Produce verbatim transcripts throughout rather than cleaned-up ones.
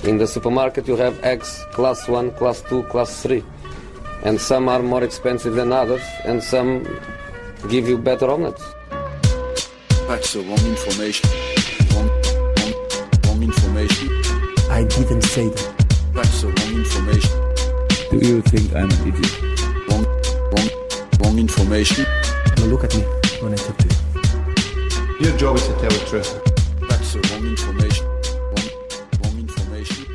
In the supermarket you have eggs class one, class two, class three. And some are more expensive than others, and some give you better omelets. That's the wrong information. Wrong, wrong, wrong information. I didn't say that. That's the wrong information. Do you think I'm an idiot? Wrong, wrong, wrong information. Now look at me when I talk to you. Your job is to tell the truth. That's the wrong information. Wrong, wrong information.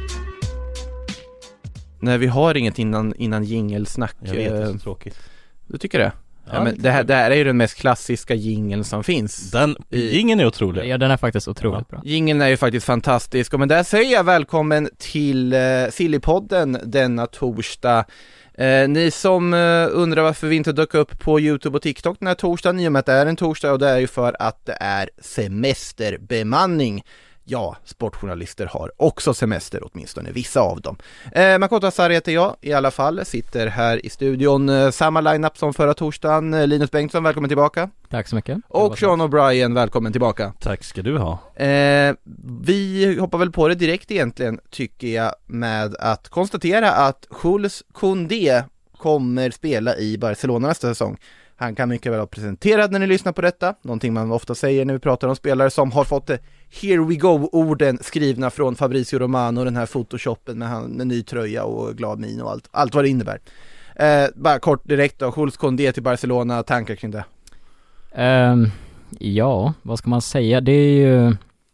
Nej, vi har inget innan, innan jingelsnack. Jag vet, det är så tråkigt. Du tycker det? Ja, ja, men det, här, det här är ju den mest klassiska jingeln som finns. Den, jingeln är otrolig. Ja, den är faktiskt otroligt ja. bra. Jingeln är ju faktiskt fantastisk. Och men där säger jag välkommen till uh, Sillypodden denna torsdag. Uh, ni som uh, undrar varför vi inte dök upp på YouTube och TikTok den här torsdagen, i och med att det är en torsdag, och det är ju för att det är semesterbemanning. Ja, sportjournalister har också semester, åtminstone vissa av dem. Eh, Makoto Asari heter jag i alla fall, sitter här i studion. Eh, samma lineup som förra torsdagen. Eh, Linus Bengtsson, välkommen tillbaka. Tack så mycket. Och Sean O'Brien, välkommen tillbaka. Tack ska du ha. Eh, vi hoppar väl på det direkt egentligen, tycker jag, med att konstatera att Jules Koundé kommer spela i Barcelona nästa säsong. Han kan mycket väl ha presenterad när ni lyssnar på detta. Någonting man ofta säger när vi pratar om spelare som har fått here we go-orden skrivna från Fabrizio Romano, den här photoshoppen med han, med ny tröja och glad min och allt, allt vad det innebär. Eh, bara kort direkt då, Jules Koundé till Barcelona, tankar kring det? Um, ja, vad ska man säga? Det är ju...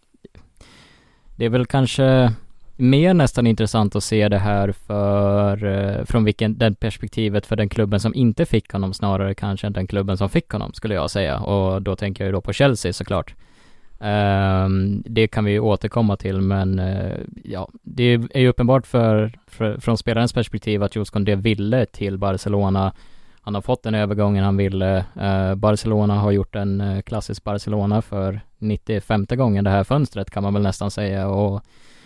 Det är väl kanske mer nästan intressant att se det här för, från vilken, den perspektivet för den klubben som inte fick honom, snarare kanske än den klubben som fick honom, skulle jag säga. Och då tänker jag ju då på Chelsea såklart. Um, det kan vi ju återkomma till, men uh, ja, det är ju uppenbart för, för, från spelarens perspektiv att Jules Koundé ville till Barcelona. Han har fått den övergången han ville. Uh, Barcelona har gjort en uh, klassisk Barcelona för nittiofemte gången det här fönstret, kan man väl nästan säga. Och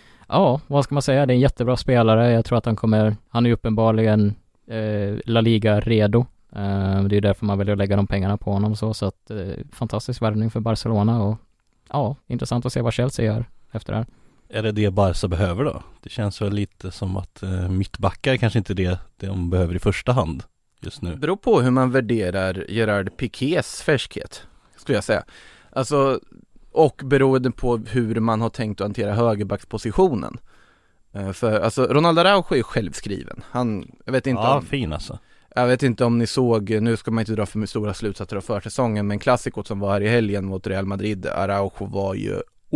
ja, vad ska man säga? Det är en jättebra spelare. Jag tror att han kommer, han är uppenbarligen uh, La Liga redo. Uh, det är därför man väljer att lägga de pengarna på honom så, så att uh, fantastisk värvning för Barcelona, och ja, intressant att se vad Chelsea gör efter det här. Är det det Barca behöver då? Det känns väl lite som att uh, mittbackar kanske inte är det, det de behöver i första hand just nu. Det beror på hur man värderar Gerard Piqués färskhet, skulle jag säga. Alltså, och beroende på hur man har tänkt att hantera högerbackspositionen. Uh, för alltså, Ronaldo Araujo är ju självskriven. Han, jag vet inte ja, om... fin alltså. Jag vet inte om ni såg, nu ska man inte dra för stora slutsatser av försäsongen, men klassikot som var här i helgen mot Real Madrid, Araujo var ju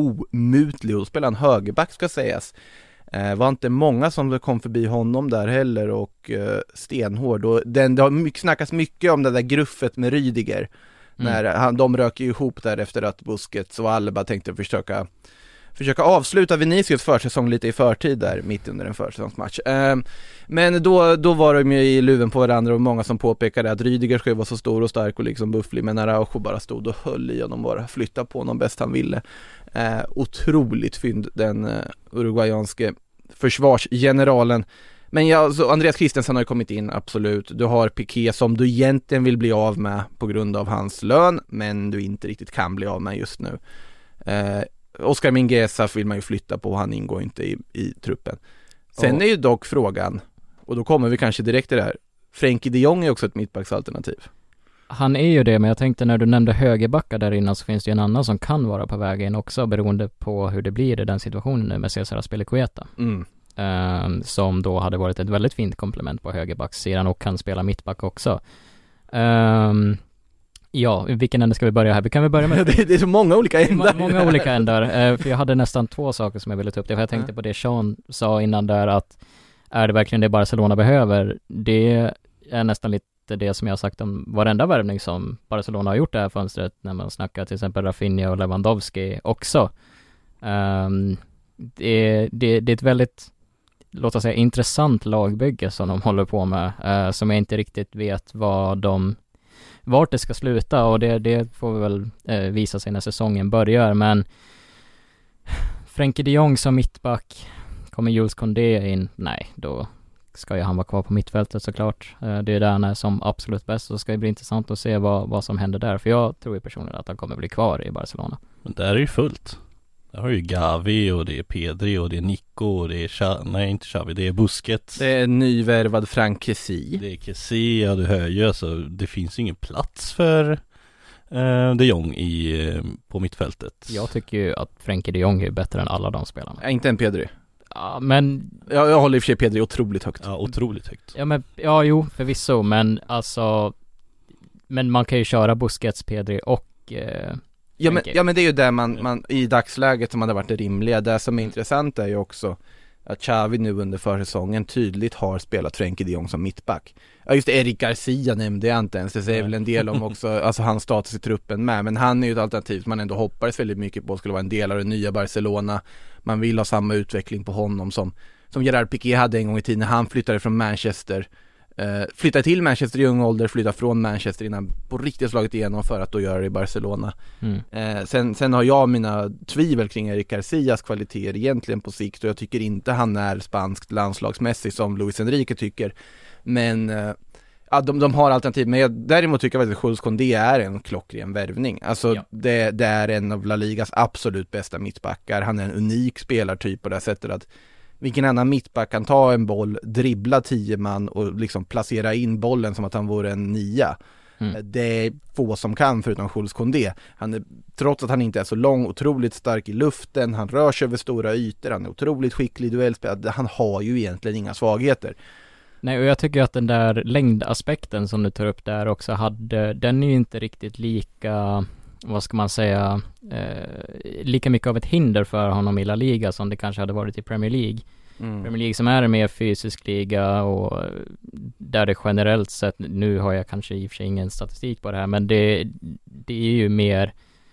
omutlig och spelade en högerback, ska sägas. Eh, var inte många som kom förbi honom där heller, och eh, stenhård. Och den, det har mycket, snackats mycket om det där gruffet med Rüdiger. Mm. När han, de rök ju ihop där efter att Busquets och Alba tänkte försöka försöka avsluta Vinicius försäsong lite i förtid där, mitt under en försäsongsmatch. Eh, men då, då var de ju i luven på varandra, och många som påpekade att Rüdiger skulle vara så stor och stark och liksom bufflig, men Araujo bara stod och höll i honom, bara flytta på honom bäst han ville. Eh, otroligt fynd, den uh, uruguayanske försvarsgeneralen. Men ja, så Andreas Christensen har ju kommit in, absolut. Du har Piqué som du egentligen vill bli av med på grund av hans lön, men du inte riktigt kan bli av med just nu. Eh, Oscar Mingueza vill man ju flytta på, han ingår inte i, i truppen. Sen oh. är ju dock frågan, och då kommer vi kanske direkt till det här, Frenkie de Jong är också ett mittbacksalternativ. Han är ju det, men jag tänkte när du nämnde högerbackar där innan, så finns det ju en annan som kan vara på väg in också, beroende på hur det blir i den situationen nu med Cesar Azpilicueta. Mm. Um, som då hade varit ett väldigt fint komplement på högerbacksidan och kan spela mittback också. Um, Ja, vilken ände ska vi börja här? Vi kan väl börja med... det är så många olika ändar. Må- många olika ändar. Eh, för jag hade nästan två saker som jag ville ta upp. Det, för jag tänkte på det Sean sa innan där, att är det verkligen det Barcelona behöver? Det är nästan lite det som jag har sagt om varenda värvning som Barcelona har gjort det här fönstret, när man snackar till exempel Rafinha och Lewandowski också. Um, det, det, det är ett väldigt, låt oss säga, intressant lagbygge som de håller på med, uh, som jag inte riktigt vet vad de vart det ska sluta, och det, det får vi väl eh, visa sig när säsongen börjar. Men Frenkie de Jong som mittback, kommer Jules Koundé in? Nej, då ska ju han vara kvar på mittfältet såklart. Eh, det är där han är som absolut bäst, och ska det bli intressant att se vad, vad som händer där. För jag tror ju personligen att han kommer bli kvar i Barcelona. Men där är ju fullt. Där har ju Gavi och det är Pedri och det är Nico och det är Xa- nej inte Xavi, det är Busquets. Det är nyvärvad Frank Kessie. Det är Kessie, ja du hör ju alltså, det finns ju ingen plats för eh, de Jong i, eh, på mittfältet. Jag tycker ju att Frenkie de Jong är bättre än alla de spelarna. Ja, inte en Pedri. Ja, men... Jag, jag håller i och för sig Pedri otroligt högt. Ja, otroligt högt. Ja, men, ja jo, förvisso, men alltså... Men man kan ju köra Busquets, Pedri och... Eh, Ja men, ja men det är ju det man, man i dagsläget som hade varit det rimliga. Det som är intressant är ju också att Xavi nu under försäsongen tydligt har spelat Frenkie de Jong som mittback. Ja just det, Eric Garcia nämnde jag inte ens. Det säger väl en del om också, alltså hans status i truppen med. Men han är ju ett alternativ som man ändå hoppades väldigt mycket på skulle vara en del av det nya Barcelona. Man vill ha samma utveckling på honom som, som Gerard Piqué hade en gång i tiden när han flyttade från Manchester. Uh, flytta till Manchester i ung ålder, flytta från Manchester innan på riktigt slagit igenom för att då göra det i Barcelona. Mm. Uh, sen, sen har jag mina tvivel kring Eric Garcias kvaliteter egentligen på sikt och jag tycker inte han är spanskt landslagsmässig som Luis Enrique tycker. Men uh, ja, de, de har alternativ. Men jag, däremot tycker jag att Jules Koundé är en klockren värvning. Alltså ja. det, det är en av La Ligas absolut bästa mittbackar. Han är en unik spelartyp på det sättet att vilken annan mittback kan ta en boll, dribbla tio man och liksom placera in bollen som att han vore en nia. Mm. Det är få som kan förutom Jules Koundé. Han är, trots att han inte är så lång, otroligt stark i luften, han rör sig över stora ytor, han är otroligt skicklig i duellspel. Han har ju egentligen inga svagheter. Nej, och jag tycker att den där längdaspekten som du tar upp där också hade, den är ju inte riktigt lika, vad ska man säga, eh, lika mycket av ett hinder för honom i La Liga som det kanske hade varit i Premier League. Mm. Premier League som är en mer fysisk liga och där det generellt sett, nu har jag kanske i och för sig ingen statistik på det här, men det, det är ju mer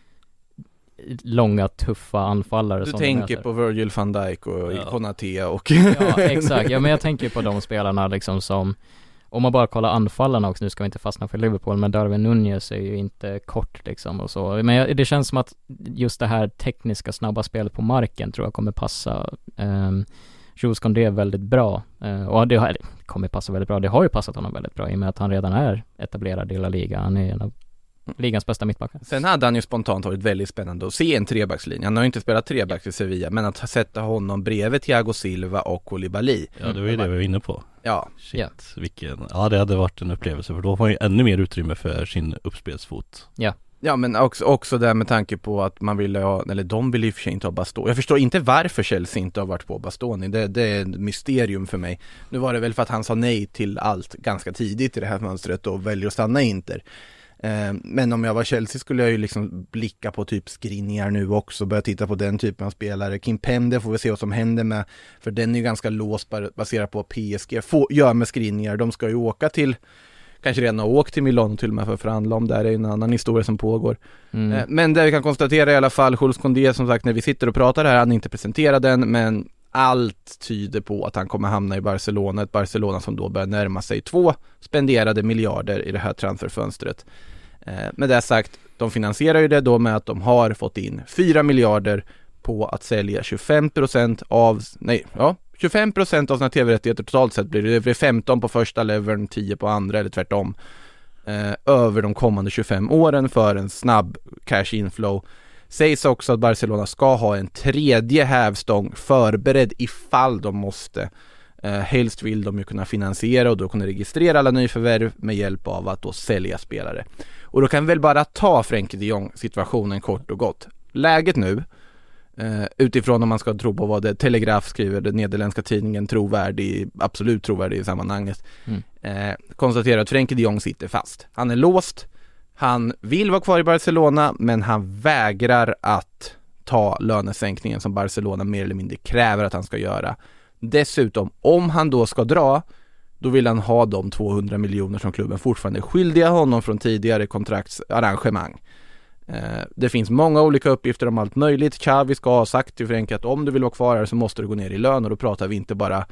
långa, tuffa anfallare. Du som tänker på Virgil van Dijk och ja. Konaté och... Ja, exakt. Ja, men jag tänker på de spelarna liksom som, om man bara kollar anfallarna också, nu ska vi inte fastna för Liverpool, men Darwin Núñez är ju inte kort liksom och så. Men jag, det känns som att just det här tekniska, snabba spelet på marken tror jag kommer passa um, Jules Koundé väldigt bra. Uh, och det har, kommer passa väldigt bra. Det har ju passat honom väldigt bra i och med att han redan är etablerad i La Liga. Han är en av ligans bästa mittbackar. Sen hade han ju spontant varit väldigt spännande att se en trebackslinje. Han har ju inte spelat trebacks i Sevilla, men att sätta honom bredvid Thiago Silva och Koulibaly. Ja, det var ju det vi var inne på. Ja. Shit, ja. Vilken, ja det hade varit en upplevelse, för då får man ju ännu mer utrymme för sin uppspelsfot. Ja. Ja, men också, också där med tanke på att man ville ha, eller de vill ju för sig inte ha Bastoni. Jag förstår inte varför Chelsea inte har varit på Bastoni. Det, det är ett mysterium för mig. Nu var det väl för att han sa nej till allt ganska tidigt i det här mönstret och väljer att stanna i Inter. Men om jag var Chelsea skulle jag ju liksom blicka på typ Skriniar nu också, börja titta på den typen av spelare. Kimpembe får vi se vad som händer med, för den är ju ganska låst baserat på P S G. Få, gör med Skriniar, de ska ju åka till, kanske redan har åkt till Milano till och med för att förhandla om, där är en annan historia som pågår. Mm. Men det vi kan konstatera i alla fall, Jules Koundé som sagt, när vi sitter och pratar här, han inte presenterat den, men allt tyder på att han kommer hamna i Barcelona, ett Barcelona som då börjar närma sig två spenderade miljarder i det här transferfönstret. Med det sagt, de finansierar ju det då med att de har fått in fyra miljarder på att sälja tjugofem procent av, nej, ja, tjugofem procent av sina tv-rättigheter totalt sett blir det, det blir femton på första leveln, tio på andra eller tvärtom, eh, över de kommande tjugofem åren för en snabb cash inflow. Sägs också att Barcelona ska ha en tredje hävstång förberedd ifall de måste. Uh, helst vill de ju kunna finansiera och då kunna registrera alla nyförvärv med hjälp av att då sälja spelare. Och då kan vi väl bara ta Frenkie de Jong situationen kort och gott. Läget nu, uh, utifrån om man ska tro på vad det Telegraph skriver, den nederländska tidningen, trovärdig, absolut trovärdig i sammanhanget, mm. uh, konstaterar att Frenkie de Jong sitter fast. Han är låst, han vill vara kvar i Barcelona, men han vägrar att ta lönesänkningen som Barcelona mer eller mindre kräver att han ska göra. Dessutom, om han då ska dra, då vill han ha de tvåhundra miljoner som klubben fortfarande är skyldiga honom från tidigare kontraktsarrangemang. Eh, det finns många olika uppgifter om allt möjligt. Xavi ska ha sagt till Frenkie att om du vill vara kvar här så måste du gå ner i lön, och då pratar vi inte bara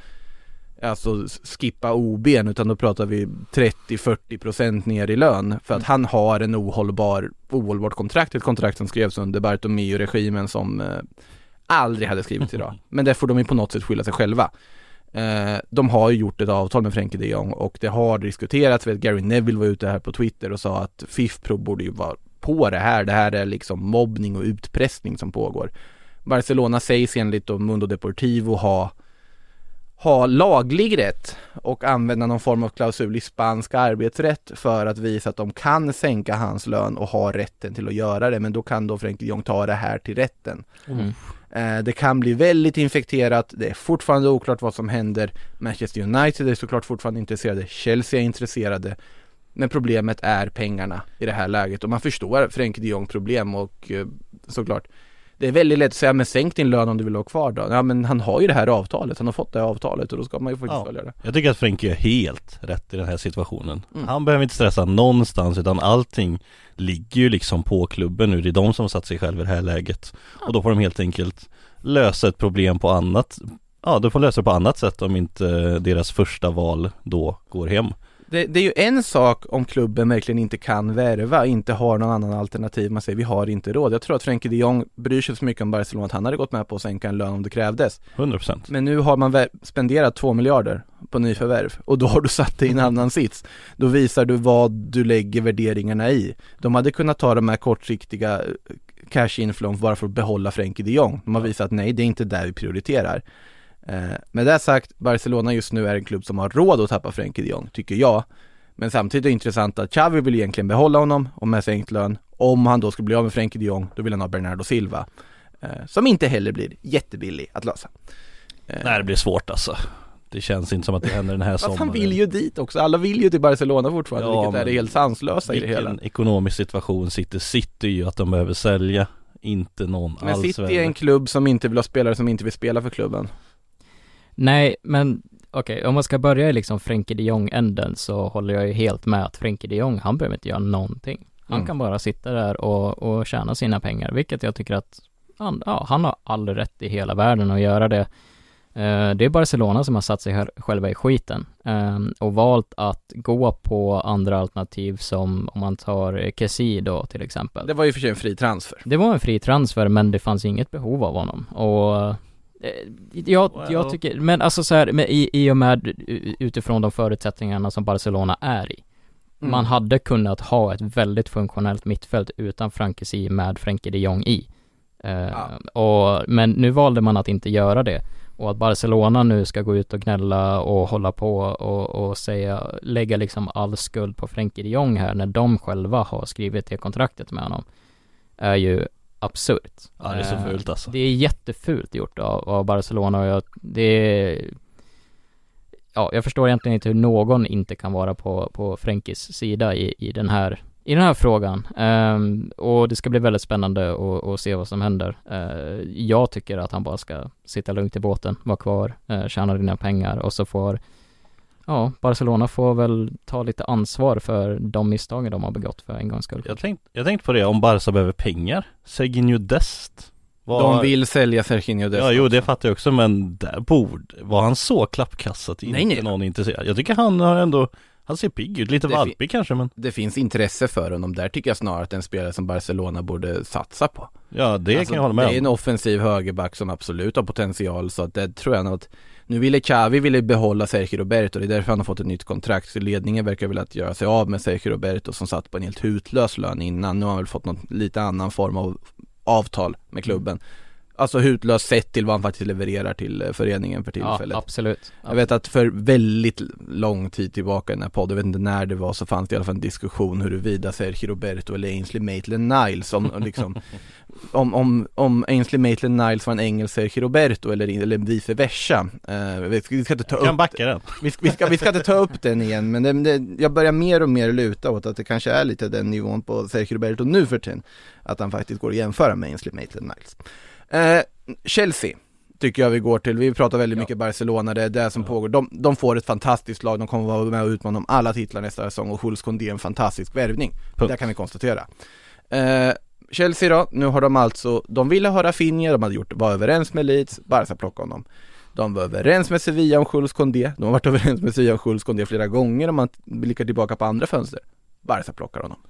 alltså skippa O B, utan då pratar vi trettio till fyrtio procent ner i lön, för att han har en ohållbar ohållbart kontrakt, ett kontrakt som skrevs under Bartomeu-regimen som eh, aldrig hade skrivit idag. Men det får de ju på något sätt skylla sig själva. Eh, de har ju gjort ett avtal med Frenkie de Jong och det har diskuterats. Vet, Gary Neville var ute här på Twitter och sa att F I F Pro borde ju vara på det här. Det här är liksom mobbning och utpressning som pågår. Barcelona sägs enligt då Mundo Deportivo ha ha laglig rätt och använda någon form av klausul i spansk arbetsrätt för att visa att de kan sänka hans lön och ha rätten till att göra det, men då kan då Frenkie de Jong ta det här till rätten. Mm. Eh, det kan bli väldigt infekterat, det är fortfarande oklart vad som händer. Manchester United är såklart fortfarande intresserade, Chelsea är intresserade, men problemet är pengarna i det här läget och man förstår Frenkie de Jong problem och eh, såklart det är väldigt lätt att säga, men sänk din lön om du vill ha kvar då. Ja, men han har ju det här avtalet. Han har fått det här avtalet och då ska man ju faktiskt Ja, följa det. jag tycker att Frenkie är helt rätt i den här situationen. Mm. Han behöver inte stressa någonstans utan allting ligger ju liksom på klubben nu. Det är de som har satt sig själva i det här läget. Ja. Och då får de helt enkelt lösa ett problem på annat. Ja, de får lösa det på annat sätt om inte deras första val då går hem. Det, det är ju en sak om klubben verkligen inte kan värva, inte har någon annan alternativ. Man säger vi har inte råd. Jag tror att Frenkie de Jong bryr sig så mycket om Barcelona att han hade gått med på att sänka en lön om det krävdes. hundra procent. Men nu har man vä- spenderat två miljarder på nyförvärv och då har du satt dig i en annan sits. Då visar du vad du lägger värderingarna i. De hade kunnat ta de här kortsiktiga cash inflow bara för att behålla Frenkie de Jong. De har visat att nej, det är inte där vi prioriterar. Eh, med det sagt, Barcelona just nu är en klubb som har råd att tappa Frenkie de Jong, tycker jag. Men samtidigt är det intressant att Xavi vill egentligen behålla honom och med sänkt lön. Om han då ska bli av med Frenkie de Jong, då vill han ha Bernardo Silva. Eh, som inte heller blir jättebillig att lösa. Eh, Nej, det blir svårt alltså. Det känns inte som att det händer den här sommaren. Han vill ju dit också. Alla vill ju till Barcelona fortfarande, Ja, vilket är det helt sanslösa i det hela. Vilken ekonomisk situation sitter City ju att de behöver sälja. Inte någon Men alls. City är en klubb som inte vill ha spelare som inte vill spela för klubben. Nej, men okej, okay, om man ska börja i liksom Frenkie de Jong-änden så håller jag ju helt med att Frenkie de Jong, han behöver inte göra någonting. Han Mm. kan bara sitta där och, och tjäna sina pengar, vilket jag tycker att han, ja, han har all rätt i hela världen att göra det. Uh, det är Barcelona som har satt sig här, själva i skiten um, och valt att gå på andra alternativ som om man tar Kessie då till exempel. Det var ju för sig en fri transfer. Det var en fri transfer, men det fanns inget behov av honom. Och Jag, Well. jag tycker, men alltså så här, med, i, i och med utifrån de förutsättningarna som Barcelona är i. Mm. Man hade kunnat ha ett väldigt funktionellt mittfält utan Frankrike med Frenkie de Jong i. Uh, Ja. och, men nu valde man att inte göra det. Och att Barcelona nu ska gå ut och gnälla och hålla på och, och säga, lägga liksom all skuld på Frenkie de Jong här när de själva har skrivit det kontraktet med honom är ju absurt. Ja, det är så fult alltså. Det är jättefult gjort av, av Barcelona och jag, det är, ja, jag förstår egentligen inte hur någon inte kan vara på, på Frenkies sida i, i den här i den här frågan. Um, och det ska bli väldigt spännande att, att se vad som händer. Uh, jag tycker att han bara ska sitta lugnt i båten, vara kvar, uh, tjäna dina pengar och så får ja, Barcelona får väl ta lite ansvar för de misstagen de har begått för en gångs skull. Jag tänkte jag tänkt på det, om Barca behöver pengar. Serginho Dest. Var... De vill sälja Serginho Dest. Ja, jo, det fattar jag också, men där borde, var han så klappkassat inte Nej, nej. någon intresserad. Jag tycker han har ändå, han ser pigg ut, lite Det valpig kanske, men Det finns intresse för honom. Där tycker jag snarare att en spelare som Barcelona borde satsa på. ja, det Alltså, kan jag hålla med det är en om. offensiv högerback som absolut har potential, så att det tror jag nog att nu ville Xavi ville behålla Sergio Roberto, det är därför han har fått ett nytt kontrakt, så ledningen verkar vilja att göra sig av med Sergio Roberto som satt på en helt hutlös lön innan. Nu har han väl fått någon lite annan form av avtal med klubben. Alltså hutlöst sett till vad han faktiskt levererar till föreningen för tillfället. Ja, absolut. Jag vet att för väldigt lång tid tillbaka i den här podden, jag vet inte när det var, så fanns det i alla fall en diskussion huruvida Sergio Roberto eller Ainsley Maitland-Niles om, liksom, om, om, om Ainsley Maitland-Niles var en engelsk Sergio Roberto eller, eller vice versa. Uh, vi, ska, vi ska inte ta Jag kan upp backa den. vi, ska, vi, ska, vi ska inte ta upp den igen, men det, det, jag börjar mer och mer luta åt att det kanske är lite den nivån på Sergio Roberto nu för tiden, att han faktiskt går att jämföra med Ainsley Maitland-Niles. Uh, Chelsea tycker jag vi går till. Vi pratar väldigt Ja. mycket Barcelona, det är det som ja. pågår. De, de får ett fantastiskt lag, de kommer vara med och utmana om alla titlar nästa säsong, och Jules Koundé är en fantastisk värvning. Punkt. Det kan vi konstatera. Uh, Chelsea då, nu har de alltså, de ville ha Rafinha, de hade gjort, var överens med Leeds, Barca plockade honom. De var överens med Sevilla om Jules Koundé, de har varit överens med Sevilla om Jules Koundé flera gånger, om man blickar tillbaka på andra fönster. Barca plockar honom.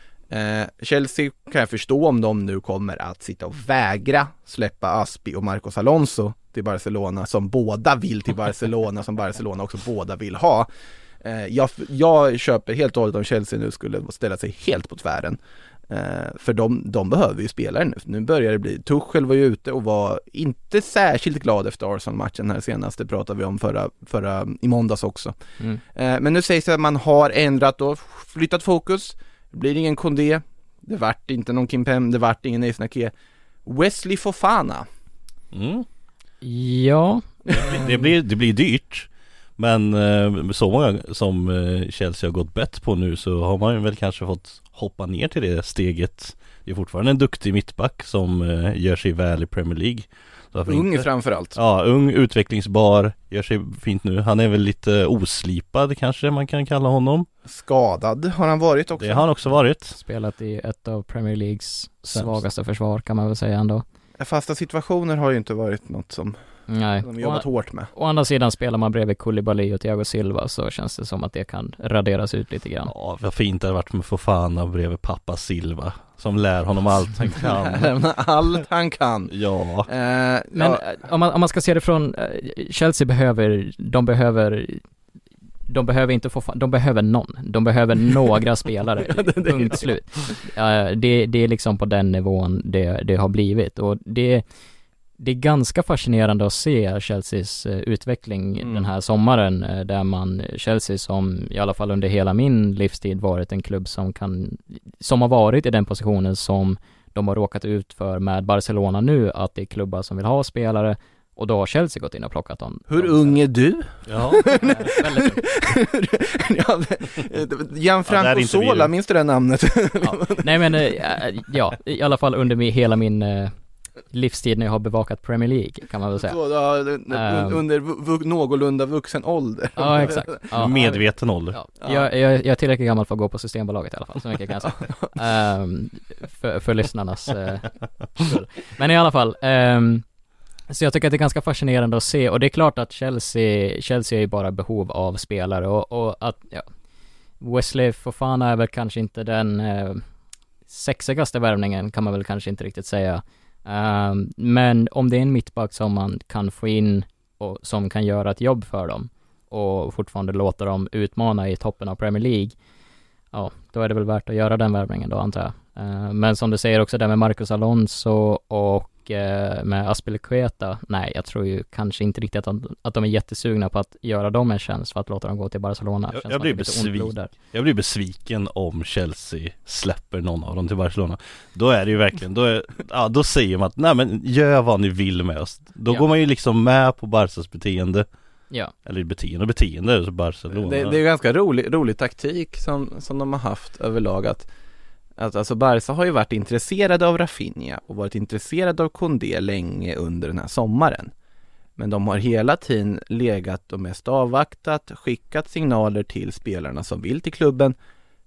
Eh, Chelsea kan jag förstå om de nu kommer att sitta och vägra släppa Aspi och Marcos Alonso till Barcelona, som båda vill till Barcelona, som Barcelona också båda vill ha. Eh, jag, jag köper helt och hållet om Chelsea nu skulle ställa sig helt på tvären. Eh, för de, de behöver ju spelare nu. Nu börjar det bli, Tuchel var ju ute och var inte särskilt glad efter Arsenal-matchen här senaste, pratade vi om förra, förra i måndags också. Mm. Eh, men nu sägs det att man har ändrat och flyttat fokus. Det blir ingen Kondé, det vart inte någon Kimpem, det vart ingen Neisnake. Wesley Fofana. Mm. Ja. Det blir, det blir dyrt. Men eh, så många som eh, Chelsea har gått bett på nu, så har man väl kanske fått hoppa ner till det steget. Det är fortfarande en duktig mittback som eh, gör sig väl i Premier League. Ung inte? Framförallt. Ja, ung, utvecklingsbar, gör sig fint nu. Han är väl lite oslipad kanske man kan kalla honom. Skadad har han varit också. Det har han också varit. Spelat i ett av Premier Leagues svagaste försvar kan man väl säga ändå. Fasta situationer har ju inte varit något som Nej. de jobbat å, hårt med. Å andra sidan spelar man bredvid Koulibaly och Thiago Silva, så känns det som att det kan raderas ut lite grann. Ja, vad fint det har varit med Fofana bredvid pappa Silva som lär honom allt han kan. Allt han kan. Ja. Eh, Men ja. Om, man, om man ska se det från eh, Chelsea behöver, de behöver de behöver inte få de behöver någon. De behöver några spelare. Punkt slut. Uh, det, det är liksom på den nivån det, det har blivit. Och det, det är ganska fascinerande att se Chelseas uh, utveckling mm. den här sommaren. Uh, där man, Chelsea som i alla fall under hela min livstid varit en klubb som kan, som har varit i den positionen som de har råkat ut för med Barcelona nu. Att det är klubbar som vill ha spelare. Och då har Chelsea gått in och plockat dem. Hur ung är du? Ja, väldigt ja, Gianfranco ja, Sola, minns du det namnet? ja. Nej men, ja, i alla fall under min, hela min uh, livstid när jag har bevakat Premier League, kan man väl säga. Så, ja, um, under v- någorlunda vuxen ålder. Ja, exakt. Ja, medveten ålder. Ja. Jag, jag, jag är tillräckligt gammal för att gå på Systembolaget i alla fall, så mycket kan jag säga. Um, för, för lyssnarnas uh, skull. Men i alla fall, um, så jag tycker att det är ganska fascinerande att se, och det är klart att Chelsea Chelsea är ju bara behov av spelare, och, och att ja, Wesley Fofana är väl kanske inte den eh, sexigaste värvningen, kan man väl kanske inte riktigt säga. Um, men om det är en mittback som man kan få in och som kan göra ett jobb för dem och fortfarande låta dem utmana i toppen av Premier League, ja, då är det väl värt att göra den värvningen då, antar jag. Uh, men som du säger också där med Marcos Alonso och med Azpilicueta, nej, jag tror ju kanske inte riktigt att de, att de är jättesugna på att göra dem en tjänst för att låta dem gå till Barcelona. Jag, jag, blir, besviken. jag blir besviken om Chelsea släpper någon av dem till Barcelona. Då är det ju verkligen, då, är, ja, då säger man att nej men gör vad ni vill med oss. Då ja. går man ju liksom med på Barcas beteende. Ja. Eller beteende, beteende så Barcelona. Det, det är ganska rolig, rolig taktik som, som de har haft överlag, att Att, alltså Barca har ju varit intresserade av Rafinha och varit intresserade av Kondé länge under den här sommaren. Men de har hela tiden legat och mest avvaktat, skickat signaler till spelarna som vill till klubben.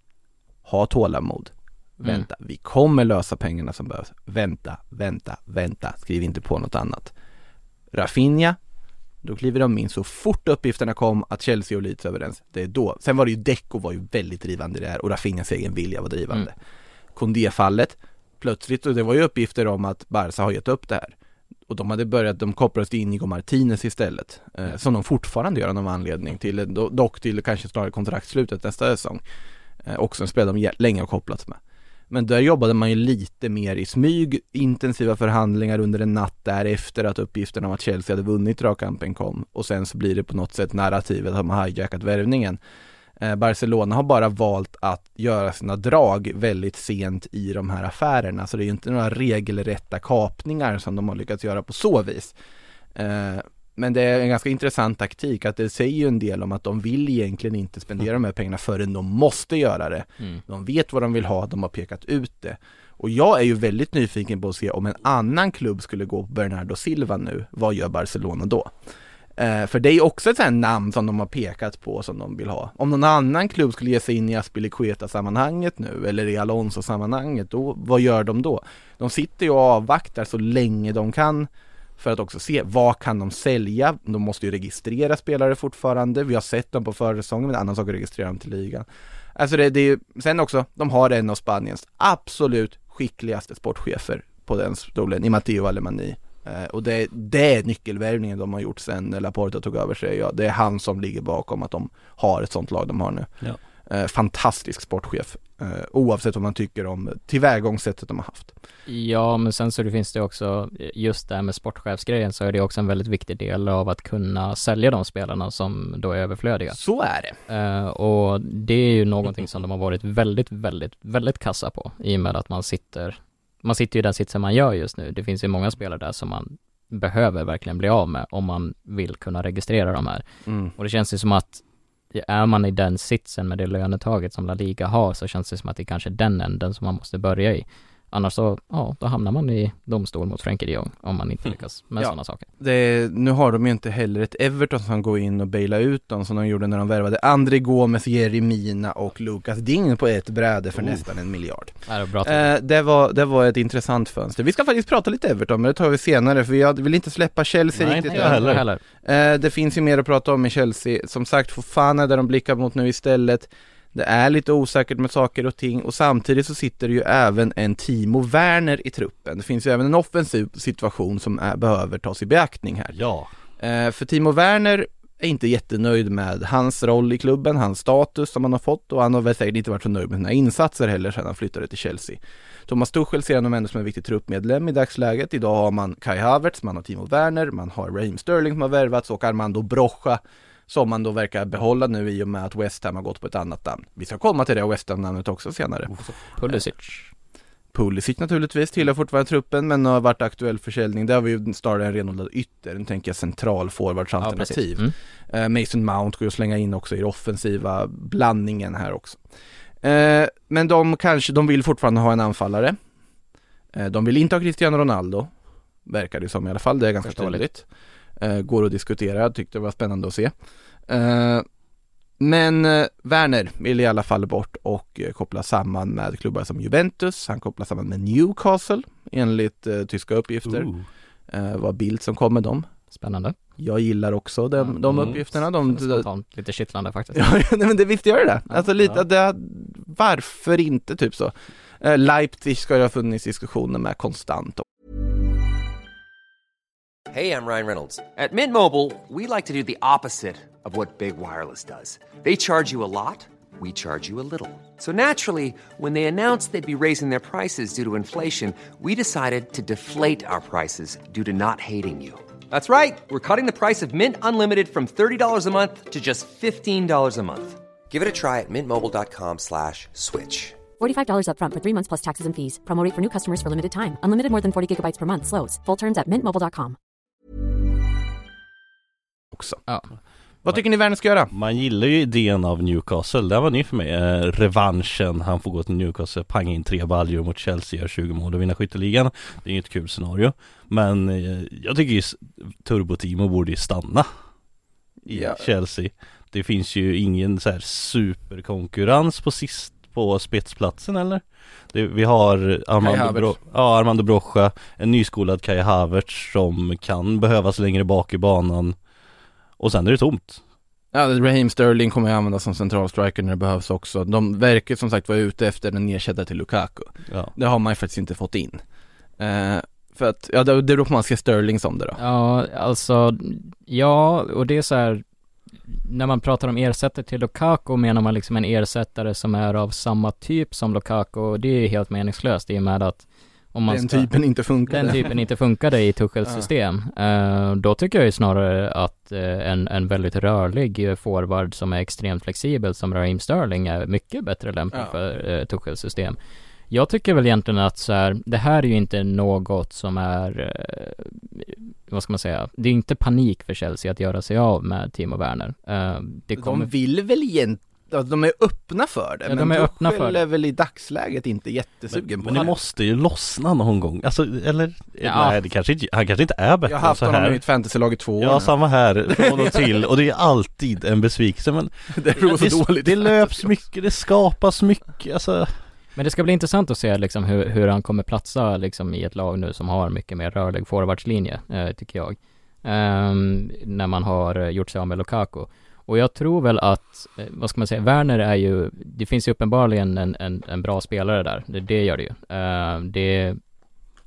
Ha tålamod. Mm. Vänta, vi kommer lösa pengarna som behövs. Vänta, vänta, vänta. Skriv inte på något annat. Rafinha, då kliver de in så fort uppgifterna kom att Chelsea och Leeds överens. Det är då. Sen var det ju Deco var ju väldigt drivande där, och Rafinhas egen vilja var drivande. Mm. Kondé-fallet, plötsligt, och det var ju uppgifter om att Barca har gett upp det här. Och de hade börjat, de kopplades till Inigo Martinez istället. Eh, som de fortfarande gör av någon anledning till, dock till kanske snarare kontraktslutet nästa säsong. Eh, också en spelare de länge har kopplats med. Men där jobbade man ju lite mer i smyg, intensiva förhandlingar under en natt därefter att uppgifterna om att Chelsea hade vunnit dragkampen kom. Och sen så blir det på något sätt narrativet att man hijackat värvningen. Eh, Barcelona har bara valt att göra sina drag väldigt sent i de här affärerna. Så det är ju inte några regelrätta kapningar som de har lyckats göra på så vis. Eh, men det är en ganska intressant taktik, att det säger ju en del om att de vill egentligen inte spendera de här pengarna förrän de måste göra det. Mm. De vet vad de vill ha, de har pekat ut det. Och jag är ju väldigt nyfiken på att se om en annan klubb skulle gå på Bernardo Silva nu. Vad gör Barcelona då? Eh, för det är ju också ett sånt här namn som de har pekat på som de vill ha. Om någon annan klubb skulle ge sig in i Azpilicueta-sammanhanget nu, eller i Alonso-sammanhanget, då, vad gör de då? De sitter ju och avvaktar så länge de kan för att också se vad kan de sälja. De måste ju registrera spelare fortfarande. Vi har sett dem på försäsongen, men annan sak att registrera dem till ligan. Alltså det, det är ju, sen också, de har en av Spaniens absolut skickligaste sportchefer på den stolen, i Matteo Alemany. Eh, och det, det är nyckelvärvningen de har gjort sen Laporta tog över sig. Ja, det är han som ligger bakom att de har ett sånt lag de har nu. Ja. Eh, fantastisk sportchef. Eh, oavsett vad man tycker om tillvägagångssättet de har haft. Ja, men sen så det finns det också, just det här med sportchefsgrejen, så är det också en väldigt viktig del av att kunna sälja de spelarna som då är överflödiga. Så är det. Uh, och det är ju någonting som de har varit väldigt, väldigt, väldigt kassa på, i och med att man sitter, man sitter ju i den sitsen man gör just nu. Det finns ju många spelare där som man behöver verkligen bli av med om man vill kunna registrera de här. Mm. Och det känns ju som att är man i den sitsen med det lönetaget som La Liga har, så känns det som att det kanske är den änden som man måste börja i. Annars så, ja, då hamnar man i domstol mot Frenkie de Jong om man inte lyckas med ja, sådana saker. Det, nu har de ju inte heller ett Everton som går in och baila ut dem som de gjorde när de värvade André Gomes, Jerry Mina och Lucas Digne på ett bräde för oh. nästan en miljard. Ja, det, var bra eh, det, var, det var ett intressant fönster. Vi ska faktiskt prata lite Everton, men det tar vi senare, för jag vill inte släppa Chelsea. Nej, riktigt. Nej, heller. heller. Eh, det finns ju mer att prata om i Chelsea. Som sagt, Fofana där de blickar mot nu istället. Det är lite osäkert med saker och ting, och samtidigt så sitter det ju även en Timo Werner i truppen. Det finns ju även en offensiv situation som är, behöver tas i beaktning här. Ja. Eh, för Timo Werner är inte jättenöjd med hans roll i klubben, hans status som han har fått, och han har väl säkert inte varit så nöjd med sina insatser heller sedan han flyttade till Chelsea. Thomas Tuchel ser honom ändå som en viktig truppmedlem i dagsläget. Idag har man Kai Havertz, man har Timo Werner, man har Raheem Sterling som har värvats och Armando Broja som man då verkar behålla nu i och med att West Ham har gått på ett annat namn. Vi ska komma till det West Ham-namnet också senare. Pulisic. Pulisic naturligtvis tillhör fortfarande truppen, men har varit aktuell försäljning. Där har vi ju startat en renodlad ytter, nu tänker jag central forwardsalternativ. Ja, mm. uh, Mason Mount går ju att slänga in också i den offensiva blandningen här också. Uh, men de kanske, de vill fortfarande ha en anfallare. Uh, de vill inte ha Cristiano Ronaldo, verkar det som i alla fall. Det är ganska tydligt. Uh, går att diskutera, jag tyckte det var spännande att se. Uh, men uh, Werner vill i alla fall bort och uh, koppla samman med klubbar som Juventus. Han kopplar samman med Newcastle enligt uh, tyska uppgifter. Uh, vad Bild som kom med dem. Spännande. Jag gillar också de, mm. de uppgifterna. De, spontant, lite kittlande faktiskt. Ja, men det visste jag det. Alltså lite, ja. det, varför inte typ så. Uh, Leipzig ska ju ha funnits diskussioner med konstant. Hey, I'm Ryan Reynolds. At Mint Mobile, we like to do the opposite of what Big Wireless does. They charge you a lot, we charge you a little. So naturally, when they announced they'd be raising their prices due to inflation, we decided to deflate our prices due to not hating you. That's right. We're cutting the price of Mint Unlimited from thirty dollars a month to just fifteen dollars a month. Give it a try at mintmobile.com slash switch. forty-five dollars up front for three months plus taxes and fees. Promo rate for new customers for limited time. Unlimited more than forty gigabytes per month. Slows full terms at mint mobile dot com. Också. Ja. Vad tycker ni Werner ska göra? Man gillar ju idén av Newcastle. Det var ny för mig. Eh, revanschen. Han får gå till Newcastle, panga in tre baljor mot Chelsea, gör tjugo mål och vinna skytteligan. Det är inget kul scenario. Men eh, jag tycker ju Turbo-Timo borde ju stanna i ja. Chelsea. Det finns ju ingen så här superkonkurrens på sist på spetsplatsen eller? Det, vi har Armando, Bro, ja, Armando Broja, en nyskolad Kai Havertz som kan behövas längre bak i banan. Och sen är det tomt. Ja, Raheem Sterling kommer jag använda som central striker när det behövs också. De verkar som sagt vara ute efter en ersättare till Lukaku. Ja. Det har man ju faktiskt inte fått in. Uh, för att, ja, det, det är då man ska Sterling som det då. Ja, alltså, ja, och det är så här, när man pratar om ersättare till Lukaku menar man liksom en ersättare som är av samma typ som Lukaku, och det är helt meningslöst i och med att om man den ska, typen inte funkade. Den typen inte funkade i Tuchels ja. system. Uh, då tycker jag ju snarare att uh, en, en väldigt rörlig forward som är extremt flexibel som Raheem Sterling är mycket bättre lämpad ja. för uh, Tuchels system. Jag tycker väl egentligen att så här, det här är ju inte något som är uh, vad ska man säga, det är inte panik för Chelsea att göra sig av med Timo Werner. Uh, det kommer... De vill väl egentligen, de är öppna för det, ja, men de är öppna för det. Är väl i dagsläget inte jättesugen men, på men det. Men det måste ju lossna någon gång. Alltså, eller, ja. nej, det kanske inte, han kanske inte är bättre. Jag har haft så honom här. i ett fantasylag i två år. Ja, samma här, från och till. Och det är alltid en besvikelse. Men det är så det, dåligt. Det löps mycket, det skapas mycket. Alltså. Men det ska bli intressant att se liksom, hur, hur han kommer platsa liksom, i ett lag nu som har mycket mer rörlig forwardslinje, eh, tycker jag. Um, när man har uh, gjort sig av med Lukaku. Och jag tror väl att, eh, vad ska man säga, Werner är ju, det finns ju uppenbarligen en, en, en bra spelare där. Det, det gör det ju. Uh, det,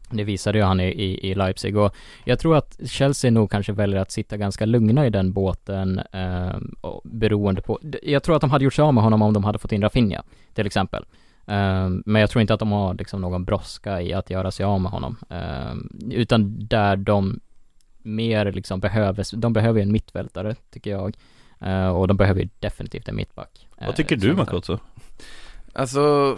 Det visade ju han i, i, i Leipzig, och jag tror att Chelsea nog kanske väljer att sitta ganska lugna i den båten eh, och beroende på, jag tror att de hade gjort sig av med honom om de hade fått in Rafinha till exempel, eh, men jag tror inte att de har liksom någon brådska i att göra sig av med honom, eh, utan där de mer liksom behöver, de behöver en mittfältare tycker jag, eh, och de behöver ju definitivt en mittback. Eh, Vad tycker du, Makoto? Alltså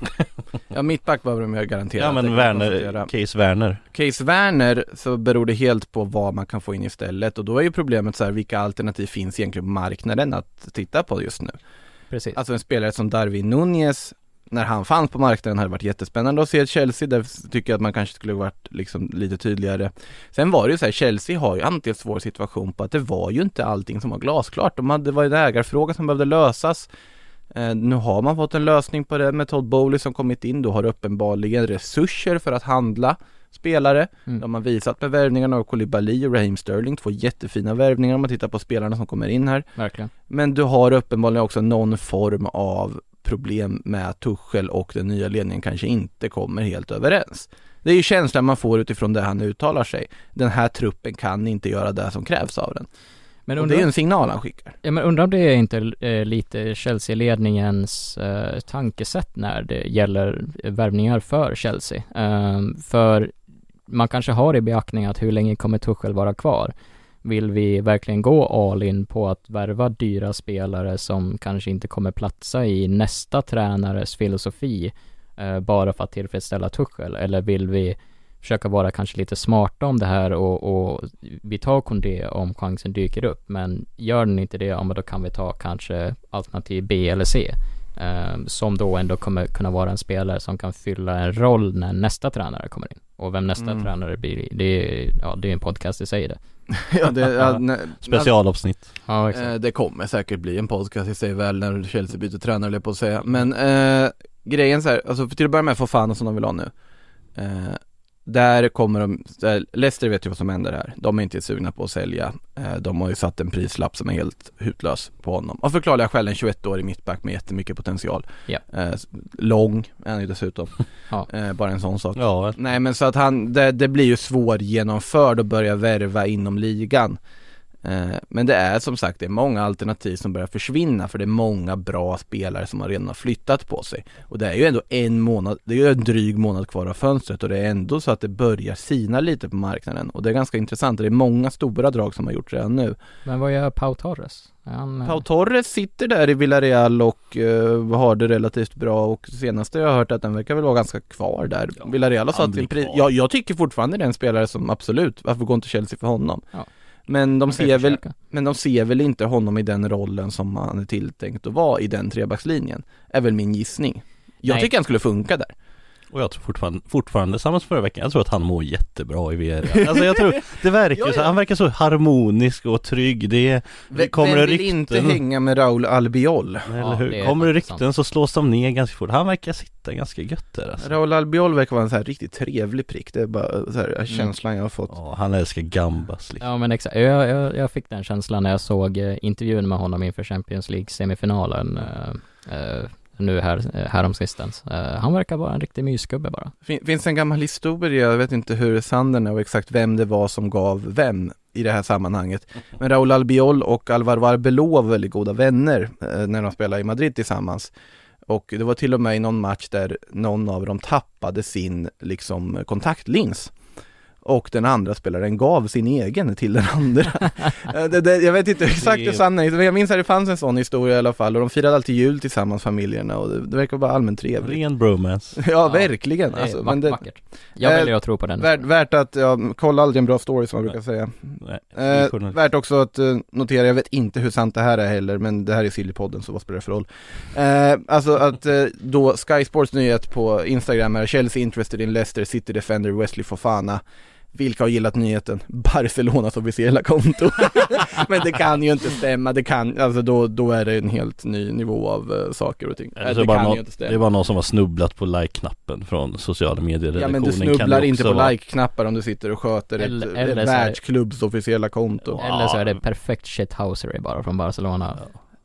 ja, mittback behöver de ju garanterat. Ja, men Werner, Case Werner. Case Werner, så beror det helt på vad man kan få in istället. Och då är ju problemet så här, vilka alternativ finns egentligen på marknaden att titta på just nu. Precis. Alltså en spelare som Darwin Núñez, när han fanns på marknaden, hade varit jättespännande att se Chelsea. Där tycker jag att man kanske skulle varit liksom lite tydligare. Sen var det ju så här, Chelsea har ju alltid en svår situation på att det var ju inte allting som var glasklart. De hade, det var en ägarfråga som behövde lösas. Eh, nu har man fått en lösning på det med Todd Bowley som kommit in. Då har uppenbarligen resurser för att handla spelare. Mm. De har visat med värvningarna av Koulibaly och Raheem Sterling. Två jättefina värvningar om man tittar på spelarna som kommer in här. Verkligen. Men du har uppenbarligen också någon form av problem med att Tuchel och den nya ledningen kanske inte kommer helt överens. Det är ju känslan man får utifrån det han uttalar sig. Den här truppen kan inte göra det som krävs av den. Men och det är ju en signal han skickar. Ja, men undrar om det är inte eh, lite Chelsea-ledningens eh, tankesätt när det gäller värvningar för Chelsea. Eh, för man kanske har i beaktning att hur länge kommer Tuchel vara kvar? Vill vi verkligen gå all in på att värva dyra spelare som kanske inte kommer platsa i nästa tränares filosofi eh, bara för att tillfredsställa Tuchel? Eller vill vi försöka vara kanske lite smarta om det här och, och vi tar Koundé om chansen dyker upp, men gör den inte det, ja, men då kan vi ta kanske alternativ B eller C eh, som då ändå kommer kunna vara en spelare som kan fylla en roll när nästa tränare kommer in. Och vem nästa mm. tränare blir, det är, ja, det är en podcast i sig det. Ja, det ja, ne, specialavsnitt. Ja, exakt. Eh, det kommer säkert bli en podcast i sig väl när Chelsea byter tränare, eller på att säga. Men eh, grejen så här, alltså till att börja med Fofana som de vill ha nu. Eh, Där kommer de, där, Leicester vet ju vad som händer här. De är inte sugna på att sälja. eh, De har ju satt en prislapp som är helt hutlös på honom. Och förklarliga skäl, en tjugoett-årig mittback med jättemycket potential. Ja. eh, Lång är han ju dessutom. Ja. eh, Bara en sån sak. Ja. Nej, men så att han, det, det blir ju svår genomförd att börja värva inom ligan. eh, Men det är som sagt, det är många alternativ som börjar försvinna. För det är många bra spelare som har redan har flyttat på sig. Och det är ju ändå en månad, det är ju en dryg månad kvar av fönstret. Och det är ändå så att det börjar sina lite på marknaden. Och det är ganska intressant, det är många stora drag som har gjort redan nu. Men vad gör Pau Torres? Han... Pau Torres sitter där i Villarreal och uh, har det relativt bra. Och senaste jag har hört att den verkar väl vara ganska kvar där. Ja, Villarreal har satt sin pris. Ja, jag tycker fortfarande det är en spelare som absolut, varför går inte Chelsea för honom? Ja. Men de, ser väl, men de ser väl inte honom i den rollen som han är tilltänkt att vara i den trebackslinjen. Är väl min gissning. Jag Nej. tycker han skulle funka där. Och jag tror fortfarande, fortfarande samma som förra veckan. Jag tror att han mår jättebra i V R. Alltså jag tror, det verkar ja, ja. så, han verkar så harmonisk och trygg. Det, det kommer Vem vill rykten, inte hänga med Raul Albiol? Eller hur? Ja, det kommer det rykten sant. Så slås de ner ganska fort. Han verkar sitta ganska gött där alltså. Raul Albiol verkar vara en så här riktigt trevlig prick. Det är bara så här känslan jag har fått. Ja, han älskar gambas liksom. Ja, men exakt. Jag, jag, jag fick den känslan när jag såg eh, intervjun med honom inför Champions League-semifinalen eh, eh, nu här, här om sistens. Uh, han verkar vara en riktig mysgubbe bara. Fin, finns en gammal historia, jag vet inte hur sann den är och exakt vem det var som gav vem i det här sammanhanget. Men Raul Albiol och Alvaro Arbeloa var väldigt goda vänner eh, när de spelade i Madrid tillsammans. Och det var till och med i någon match där någon av dem tappade sin liksom kontaktlins. Och den andra spelaren gav sin egen till den andra. det, det, jag vet inte exakt hur sann är. Jag minns att det fanns en sån historia i alla fall. Och de firade alltid jul tillsammans, familjerna. Och det, det verkar vara allmänt trevligt. Ren bromance. Ja, ja, verkligen. Det är alltså, vack, men det, vackert. Jag väljer att tro på den. Värt, värt att, ja, kolla aldrig en bra story som man brukar säga. Nej, eh, värt också att uh, notera, jag vet inte hur sant det här är heller. Men det här är Sillypodden, så vad spelar det för roll? Eh, alltså att uh, då Sky Sports nyhet på Instagram är Chelsea interested in Leicester City defender Wesley Fofana. Vilka har gillat nyheten? Barcelonas officiella konto. Men det kan ju inte stämma. Det kan, alltså då, då är det en helt ny nivå av uh, saker och ting. Det, det, bara något, det är bara någon som har snubblat på like-knappen från sociala medier. Ja, men du snubblar inte på vara... like-knappar om du sitter och sköter eller, ett, eller ett världsklubbs officiella konto. Eller så är det perfekt shithousery bara från Barcelona. Ja.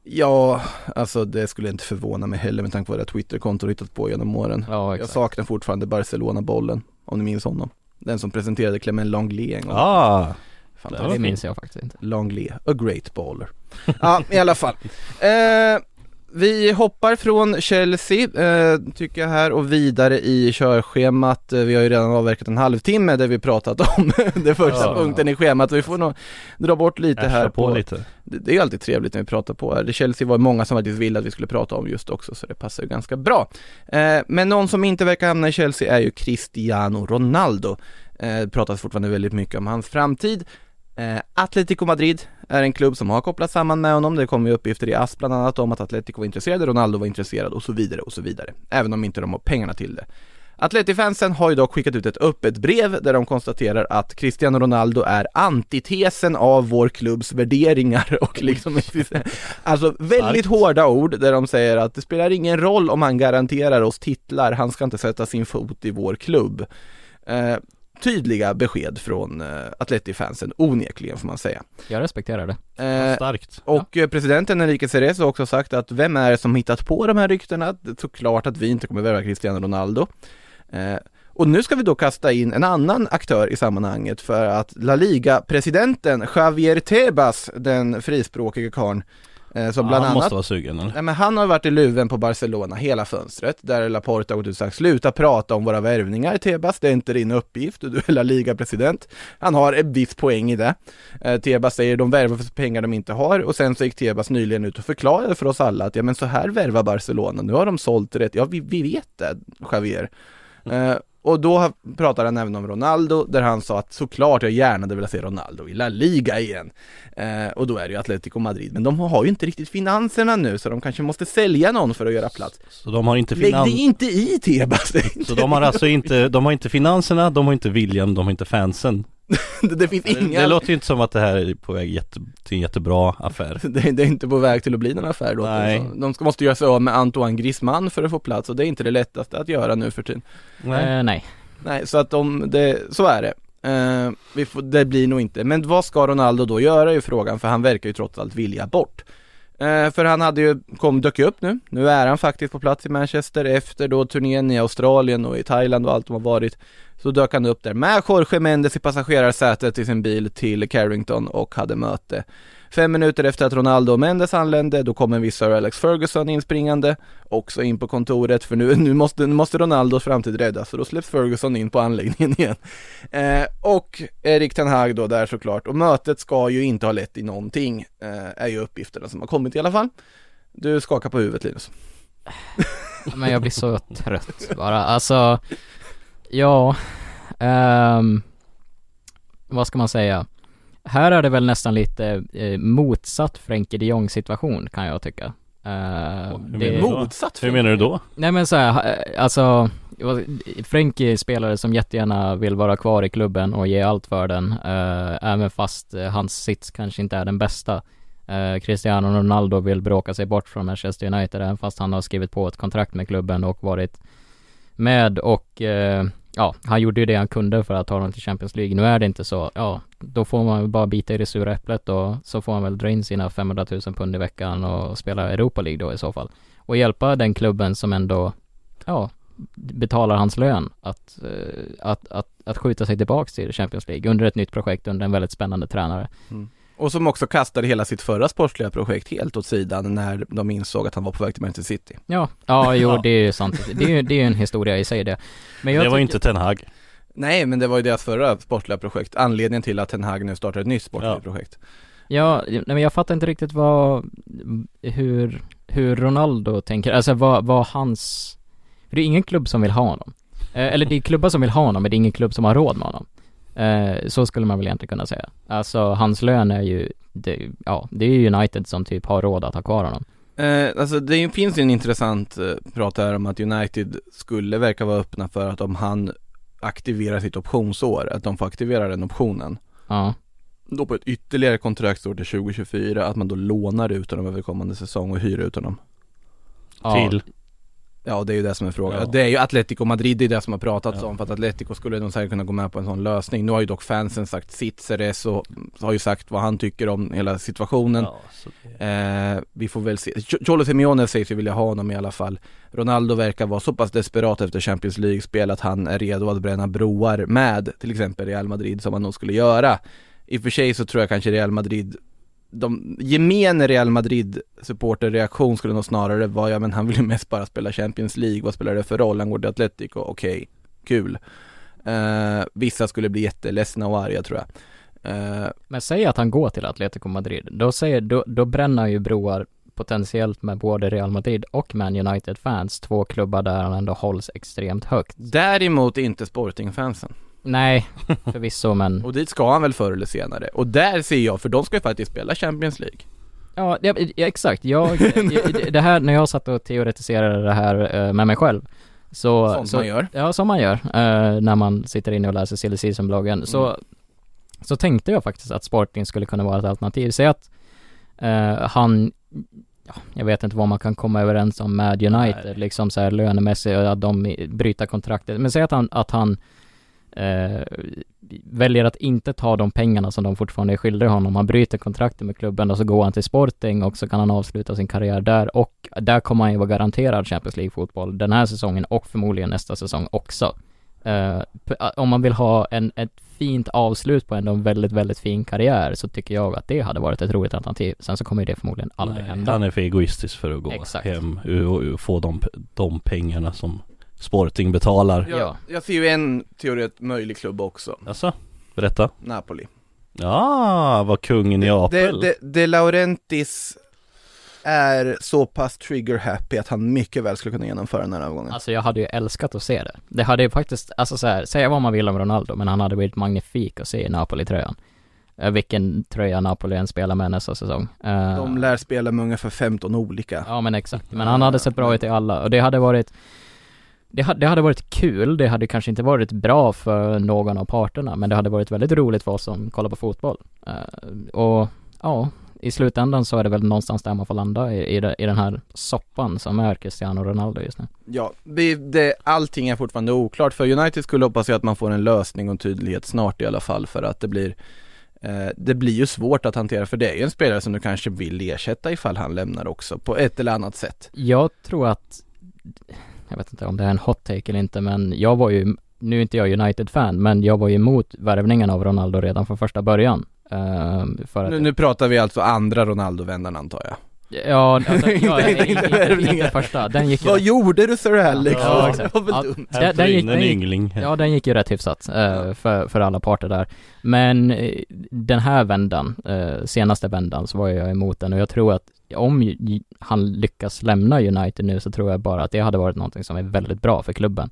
Ja, alltså det skulle inte förvåna mig heller med tanke på vad det Twitter-konto hittat på genom åren. Ja, jag saknar fortfarande Barcelona-bollen, om ni minns honom. Den som presenterade Clement Langlais en gång. Ah, det, det minns jag faktiskt inte. Langlais, a great baller. Ja, i alla fall. Eh, vi hoppar från Chelsea, eh, tycker jag här, och vidare i körschemat. Vi har ju redan avverkat en halvtimme där vi pratat om det första ja. punkten i schemat. Vi får nog dra bort lite Äscha här på, på lite. Det, det är alltid trevligt när vi pratar på här. Det Chelsea var många som faktiskt ville att vi skulle prata om just också, så det passar ju ganska bra. Eh, men någon som inte verkar hamna i Chelsea är ju Cristiano Ronaldo. Eh, det pratas fortfarande väldigt mycket om hans framtid. Eh, Atletico Madrid är en klubb som har kopplat samman med honom. Det kommer ju uppgifter i A S bland annat om att Atletico var intresserade, Ronaldo var intresserad och så vidare och så vidare. Även om inte de har pengarna till det. Atletifansen har ju dock skickat ut ett öppet brev där de konstaterar att Cristiano Ronaldo är antitesen av vår klubbs värderingar och liksom alltså väldigt hårda ord där de säger att det spelar ingen roll om han garanterar oss titlar, han ska inte sätta sin fot i vår klubb. Eh, tydliga besked från uh, Atleti-fansen, onekligen får man säga. Jag respekterar det. Eh, Starkt. Och ja. presidenten Enrique Cerezo har också sagt att vem är det som hittat på de här ryktena? Såklart att vi inte kommer värva Cristiano Ronaldo. Eh, och nu ska vi då kasta in en annan aktör i sammanhanget, för att La Liga-presidenten Javier Tebas, den frispråkiga karln, eh, som ja, bland han annat måste vara sugen, eller? Nej, men han har varit i luven på Barcelona hela fönstret, där Laporta har gått ut och sagt: sluta prata om våra värvningar, Tebas, det är inte din uppgift, du är La Liga-president. Han har en viss poäng i det. eh, Tebas säger de värvar för pengar de inte har, och sen så gick Tebas nyligen ut och förklarade för oss alla att ja, men så här värvar Barcelona, nu har de sålt rätt. Ja, vi, vi vet det, Javier. eh, Och då pratar han även om Ronaldo, där han sa att såklart jag gärna hade velat se Ronaldo i La Liga igen. Eh, och då är det ju Atletico Madrid. Men de har ju inte riktigt finanserna nu, så de kanske måste sälja någon för att göra plats. Så de har inte finans... Lägg det inte i, Tebas. Så de har alltså inte, de har inte finanserna, de har inte viljan, de har inte fansen. det, det finns det, inga... det låter ju inte som att det här är på väg jätte, till en jättebra affär. det, det är inte på väg till att bli någon affär då. Nej. De ska, måste göra sig av med Antoine Griezmann för att få plats, och det är inte det lättaste att göra nu för tiden. Nej. Eh, nej. Nej, så att de, det, så är det. Uh, vi får, det blir nog inte. Men vad ska Ronaldo då göra i frågan? För han verkar ju trots allt vilja bort. Uh, för han hade ju kom dök upp nu. Nu är han faktiskt på plats i Manchester efter då turnén i Australien och i Thailand och allt som har varit. Så dök han upp där med Jorge Mendes i passagerarsätet i sin bil till Carrington och hade möte. Fem minuter efter att Ronaldo och Mendes anlände, då kom en viss Sir Alex Ferguson inspringande, också in på kontoret, för nu, nu, måste, nu måste Ronaldos framtid räddas, så då släpps Ferguson in på anläggningen igen. Eh, och Erik Ten Hag då där såklart, och mötet ska ju inte ha lett i någonting, eh, är ju uppgifterna som har kommit i alla fall. Du skakar på huvudet, Linus. Men jag blir så trött bara, alltså, ja, um, vad ska man säga? Här är det väl nästan lite eh, motsatt Frenkie de Jong situation, kan jag tycka. Uh, Hur, det, menar motsatt Hur menar du då? Nej men så här, alltså Frenkie spelare som jättegärna vill vara kvar i klubben och ge allt för den, uh, även fast uh, hans sits kanske inte är den bästa. Uh, Cristiano Ronaldo vill bråka sig bort från Manchester United, även fast han har skrivit på ett kontrakt med klubben och varit med och uh, ja, han gjorde ju det han kunde för att ta dem till Champions League. Nu är det inte så. Ja, då får man väl bara bita i det sura äpplet, och så får man väl dra in sina femhundratusen pund i veckan och spela Europa League då i så fall. Och hjälpa den klubben som ändå, ja, betalar hans lön att, att, att, att skjuta sig tillbaka till Champions League under ett nytt projekt, under en väldigt spännande tränare. Mm. Och som också kastade hela sitt förra sportsliga projekt helt åt sidan när de insåg att han var på väg till Manchester City. Ja, ja jo, ja. Det är ju sant. Det är ju det är en historia i sig det. Men jag det var tycker... inte Ten Hag. Nej, men det var ju deras förra sportsliga projekt. Anledningen till att Ten Hag nu startar ett nytt sportsligt ja. projekt. Ja, nej, men jag fattar inte riktigt vad hur, hur Ronaldo tänker. Alltså vad, vad hans... För det är ingen klubb som vill ha honom. Eh, eller det är klubbar som vill ha honom, men det är ingen klubb som har råd med honom. Eh, så skulle man väl egentligen kunna säga. Alltså hans lön är ju det, ja, det är ju United som typ har råd att ha kvar honom. Eh, alltså det finns ju en intressant eh, prat här om att United skulle verka vara öppna för att om han aktiverar sitt optionsår, att de får aktivera den optionen. Ja. Då på ett ytterligare kontraktsår till tjugo tjugofyra, att man då lånar ut honom över kommande säsong och hyr ut honom. Ja. Till? Ja, det är ju det som är frågan. Ja. Det är ju Atletico Madrid, det är det som har pratats Ja. om, för att Atletico skulle nog säkert kunna gå med på en sån lösning. Nu har ju dock fansen sagt sitt, Ceres och har ju sagt vad han tycker om hela situationen. Ja, så det... eh, vi får väl se. Cholo Simeone säger sig vilja ha honom i alla fall. Ronaldo verkar vara så pass desperat efter Champions League-spel att han är redo att bränna broar med till exempel Real Madrid, som han nog skulle göra. I och för sig så tror jag kanske Real Madrid, de gemene Real Madrid supporterreaktion skulle nog snarare vara, ja men han vill ju mest bara spela Champions League, vad spelar det för roll, han går till Atletico, okej, okay, kul. Uh, vissa skulle bli jätteledsna och arga tror jag. Uh, men säg att han går till Atletico Madrid, då, säger, då, då bränner han ju broar potentiellt med både Real Madrid och Man United fans, två klubbar där han ändå hålls extremt högt. Däremot inte Sporting-fansen. Nej, förvisso, men... och dit ska han väl förr eller senare. Och där ser jag, för de ska ju faktiskt spela Champions League. Ja, ja, ja exakt. Jag, jag, det här, när jag satt och teoretiserade det här uh, med mig själv. Så, som så, man gör. Ja, som man gör. Uh, när man sitter inne och läser Silly Season-bloggen. Mm. Så, så tänkte jag faktiskt att Sporting skulle kunna vara ett alternativ. Säg att uh, han... Ja, jag vet inte vad man kan komma överens om med United. Nej. Liksom så här lönemässigt, att de bryter kontraktet. Men säg att han... Att han Eh, väljer att inte ta de pengarna som de fortfarande är skyldiga honom. Han bryter kontraktet med klubben och så går han till Sporting och så kan han avsluta sin karriär där, och där kommer han ju vara garanterad Champions League-fotboll den här säsongen och förmodligen nästa säsong också. Eh, om man vill ha en, ett fint avslut på en, en väldigt, väldigt fin karriär, så tycker jag att det hade varit ett roligt alternativ. Sen så kommer det förmodligen aldrig Nej, hända. Han är för egoistisk för att gå Exakt. hem och, och få de, de pengarna som Sporting betalar. Ja, jag ser ju en teoret möjlig klubb också. Alltså, berätta. Napoli. Ja, vad kungen i Apel. De, de, de Laurentiis är så pass trigger happy att han mycket väl skulle kunna genomföra den här avgången. Alltså jag hade ju älskat att se det. Det hade ju faktiskt, alltså så här, säga vad man vill om Ronaldo, men han hade blivit magnifik att se i Napoli-tröjan. Vilken tröja Napoli än spelar med nästa säsong. De lär spela med ungefär femton olika. Ja, men exakt. Men han hade sett bra ut i alla, och det hade varit Det hade, det hade varit kul, det hade kanske inte varit bra för någon av parterna, men det hade varit väldigt roligt för oss som kollar på fotboll. Uh, och ja, i slutändan så är det väl någonstans där man får landa i, i, i den här soppan som är Cristiano Ronaldo just nu. Ja, det, det, allting är fortfarande oklart. För United skulle hoppas jag att man får en lösning och tydlighet snart i alla fall, för att det blir eh, det blir ju svårt att hantera, för det är ju en spelare som du kanske vill ersätta ifall han lämnar också på ett eller annat sätt. Jag tror att, jag vet inte om det är en hot take eller inte, men jag var ju, nu är inte jag United-fan, men jag var ju emot värvningen av Ronaldo redan från första början. Uh, för att nu, nu pratar vi alltså andra Ronaldo-vändan, antar jag. Ja, alltså, ja inte, inte, inte, inte, inte första. Den gick Vad ju gjorde du, Sir Alex? Ja, ja, exakt. Det var väl ja, dumt. den, den gick, en yngling. Ja, den gick ju rätt hyfsat uh, för, för alla parter där. Men uh, den här vändan, uh, senaste vändan, så var jag emot den. Och jag tror att om han lyckas lämna United nu, så tror jag bara att det hade varit någonting som är väldigt bra för klubben.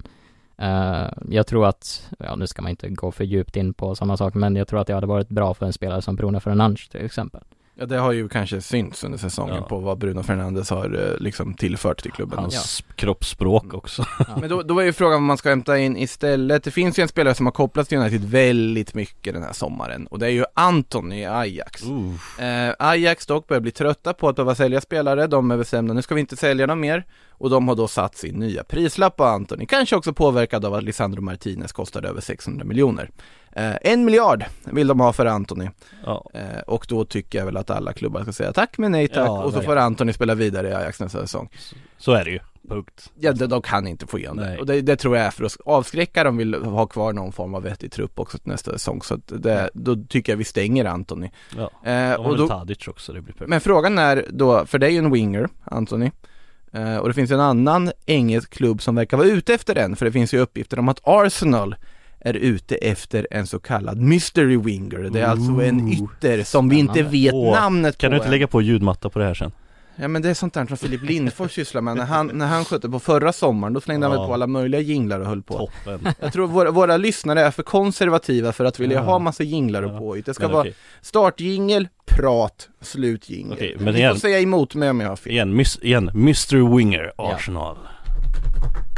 Uh, jag tror att, ja, nu ska man inte gå för djupt in på sådana saker, men jag tror att det hade varit bra för en spelare som Bruno Fernandes till exempel. Ja, det har ju kanske synts under säsongen, ja, på vad Bruno Fernandes har liksom tillfört till klubben. Hans ja. kroppsspråk också. Ja. Men då, då är ju frågan vad man ska hämta in istället. Det finns ju en spelare som har kopplats till United väldigt mycket den här sommaren, och det är ju Antony i Ajax. Eh, Ajax dock börjar bli trötta på att behöva sälja spelare. De är bestämda, nu ska vi inte sälja dem mer. Och de har då satt sin nya prislapp på Antony. Kanske också påverkad av att Lisandro Martinez kostade över sexhundra miljoner. Eh, en miljard vill de ha för Antony. Ja. Eh, och då tycker jag väl att alla klubbar ska säga tack men nej tack. Ja, och så får Antony spela vidare i Ajax nästa säsong. Så, så är det ju. Punkt. Ja, de, de kan inte få igenom det. Och det, det tror jag är för att avskräcka. De vill ha kvar någon form av vettig trupp också till nästa säsong. Så att det, då tycker jag vi stänger Antony. Ja, eh, och då, Tadic också, det blir perfekt. Men frågan är då, för det är ju en winger, Antony. Uh, och det finns en annan engelsk klubb som verkar vara ute efter den, för det finns ju uppgifter om att Arsenal är ute efter en så kallad mystery winger. Det är Ooh. alltså en ytter som vi inte vet Åh, namnet kan på. Kan du inte än. lägga på ljudmatta på det här sen? Ja, men det är sånt där som Filip Lindfors sysslar med. När han, när han skötte på förra sommaren, då slängde ja. han väl på alla möjliga jinglar och höll på. Toppen. Jag tror våra, våra lyssnare är för konservativa för att vilja ja. ha massa jinglar och ja. på. Det ska men vara okay. startjingel, prat, slutjingel. Okay, men igen, får säga emot mig om jag har fel. Igen, mis, igen Mister Winger, Arsenal. Ja.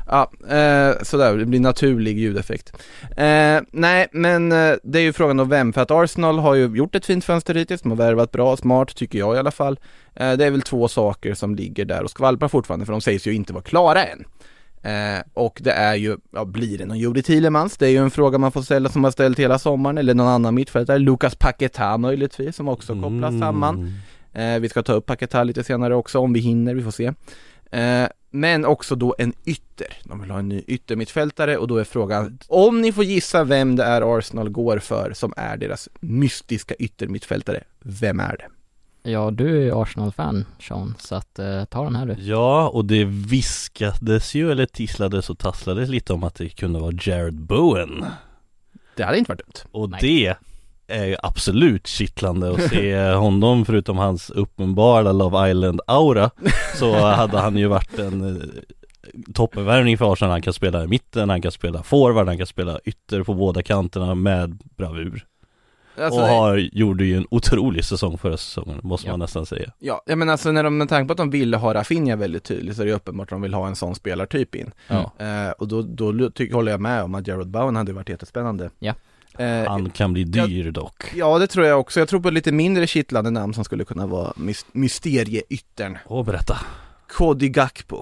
Ja, eh, sådär, det blir naturlig ljudeffekt. Eh, nej, men eh, det är ju frågan om vem, för att Arsenal har ju gjort ett fint fönster hittills, de har värvat bra, smart tycker jag i alla fall. Eh, det är väl två saker som ligger där och skvalpar fortfarande, för de sägs ju inte vara klara än. Eh, och det är ju, ja, blir det någon Jody Tielemans? Det är ju en fråga man får ställa som har ställt hela sommaren, eller någon annan mittfältare, Lucas Paquetá möjligtvis, som också kopplas mm. samman. Eh, vi ska ta upp Paquetá lite senare också om vi hinner, vi får se. Eh, men också då en ytter. De vill ha en ny yttermittfältare och då är frågan, om ni får gissa vem det är Arsenal går för som är deras mystiska yttermittfältare, vem är det? Ja, du är Arsenal-fan, Sean, så att uh, ta den här du. Ja, och det viskades ju, eller tisslades och tasslades lite om att det kunde vara Jared Bowen. Det hade inte varit dumt. Och Nej. det är ju absolut kittlande att se honom, förutom hans uppenbara Love Island-aura, så hade han ju varit en toppenvärvning för Arsenal. Han kan spela i mitten, han kan spela forward, han kan spela ytter på båda kanterna med bravur. Alltså, och har, gjorde ju en otrolig säsong förra säsongen, måste ja. man nästan säga. Ja, men alltså när de med tanke på att de ville ha Rafinha väldigt tydligt, så är det uppenbart att de vill ha en sån spelartyp in. Ja. Eh, och då, då tycker, håller jag med om att Jared Bowen hade varit jättespännande. Ja. Eh, Han kan bli dyr ja, dock. Ja, det tror jag också. Jag tror på lite mindre kittlande namn som skulle kunna vara mys- mysterieyttern. Åh, berätta. Cody Gakpo.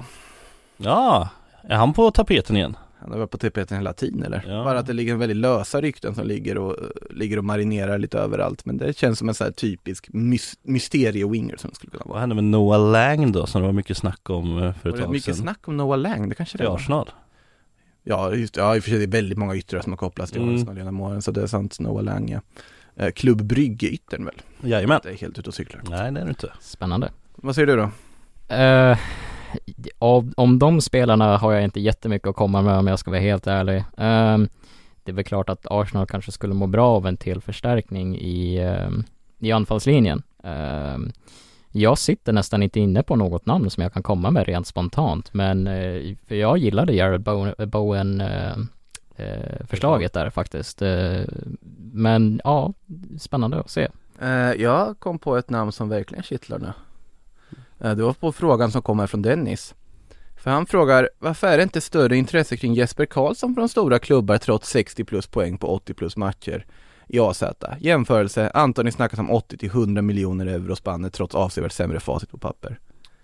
Ja, är han på tapeten igen? Han har varit på tapeten hela tiden, eller? Ja. Bara att det ligger väldigt lösa rykten som ligger och, ligger och marinerar lite överallt. Men det känns som en så här typisk mys- mysterie-winger som det skulle kunna vara. Vad hände med Noah Lang då, som det var mycket snack om för ett tag sedan? Mycket snack om Noah Lang, det kanske det var. Arsenal. Ja, just, ja, i och för sig det är väldigt många yttrar som har kopplats till Mm. Arsenal genom åren, så det är sant, Noah Lang, ja. Eh, Klubb Brygge-yttern väl? Jajamän. Det är helt ute och cyklar. Nej, det är det inte. Spännande. Vad säger du då? Uh, av, om de spelarna har jag inte jättemycket att komma med, om jag ska vara helt ärlig. Uh, det är väl klart att Arsenal kanske skulle må bra av en till förstärkning i, uh, i anfallslinjen. Uh, jag sitter nästan inte inne på något namn som jag kan komma med rent spontant, men uh, för jag gillade Jared Bowen, Bowen uh, uh, förslaget där faktiskt. Uh, men ja, spännande att se. Uh, jag kom på ett namn som verkligen kittlar nu. Det var på frågan som kommer från Dennis. För han frågar, varför är det inte större intresse kring Jesper Karlsson från stora klubbar trots sextio plus poäng på åttio plus matcher i A Z? Jämförelse, Antoni snackat om åttio till hundra miljoner euro spannet trots avsevärt sämre facit på papper.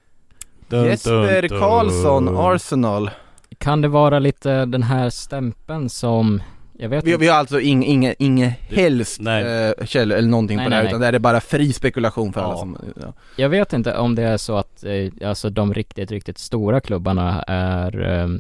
Dun, Jesper dun, dun. Karlsson, Arsenal. Kan det vara lite den här stämpeln som... Jag vet vi, vi har alltså inga inge, inge helst äh, källor eller någonting nej, på nej, det här, utan det är bara fri spekulation för ja. alla som... Ja. Jag vet inte om det är så att eh, alltså de riktigt, riktigt stora klubbarna är eh,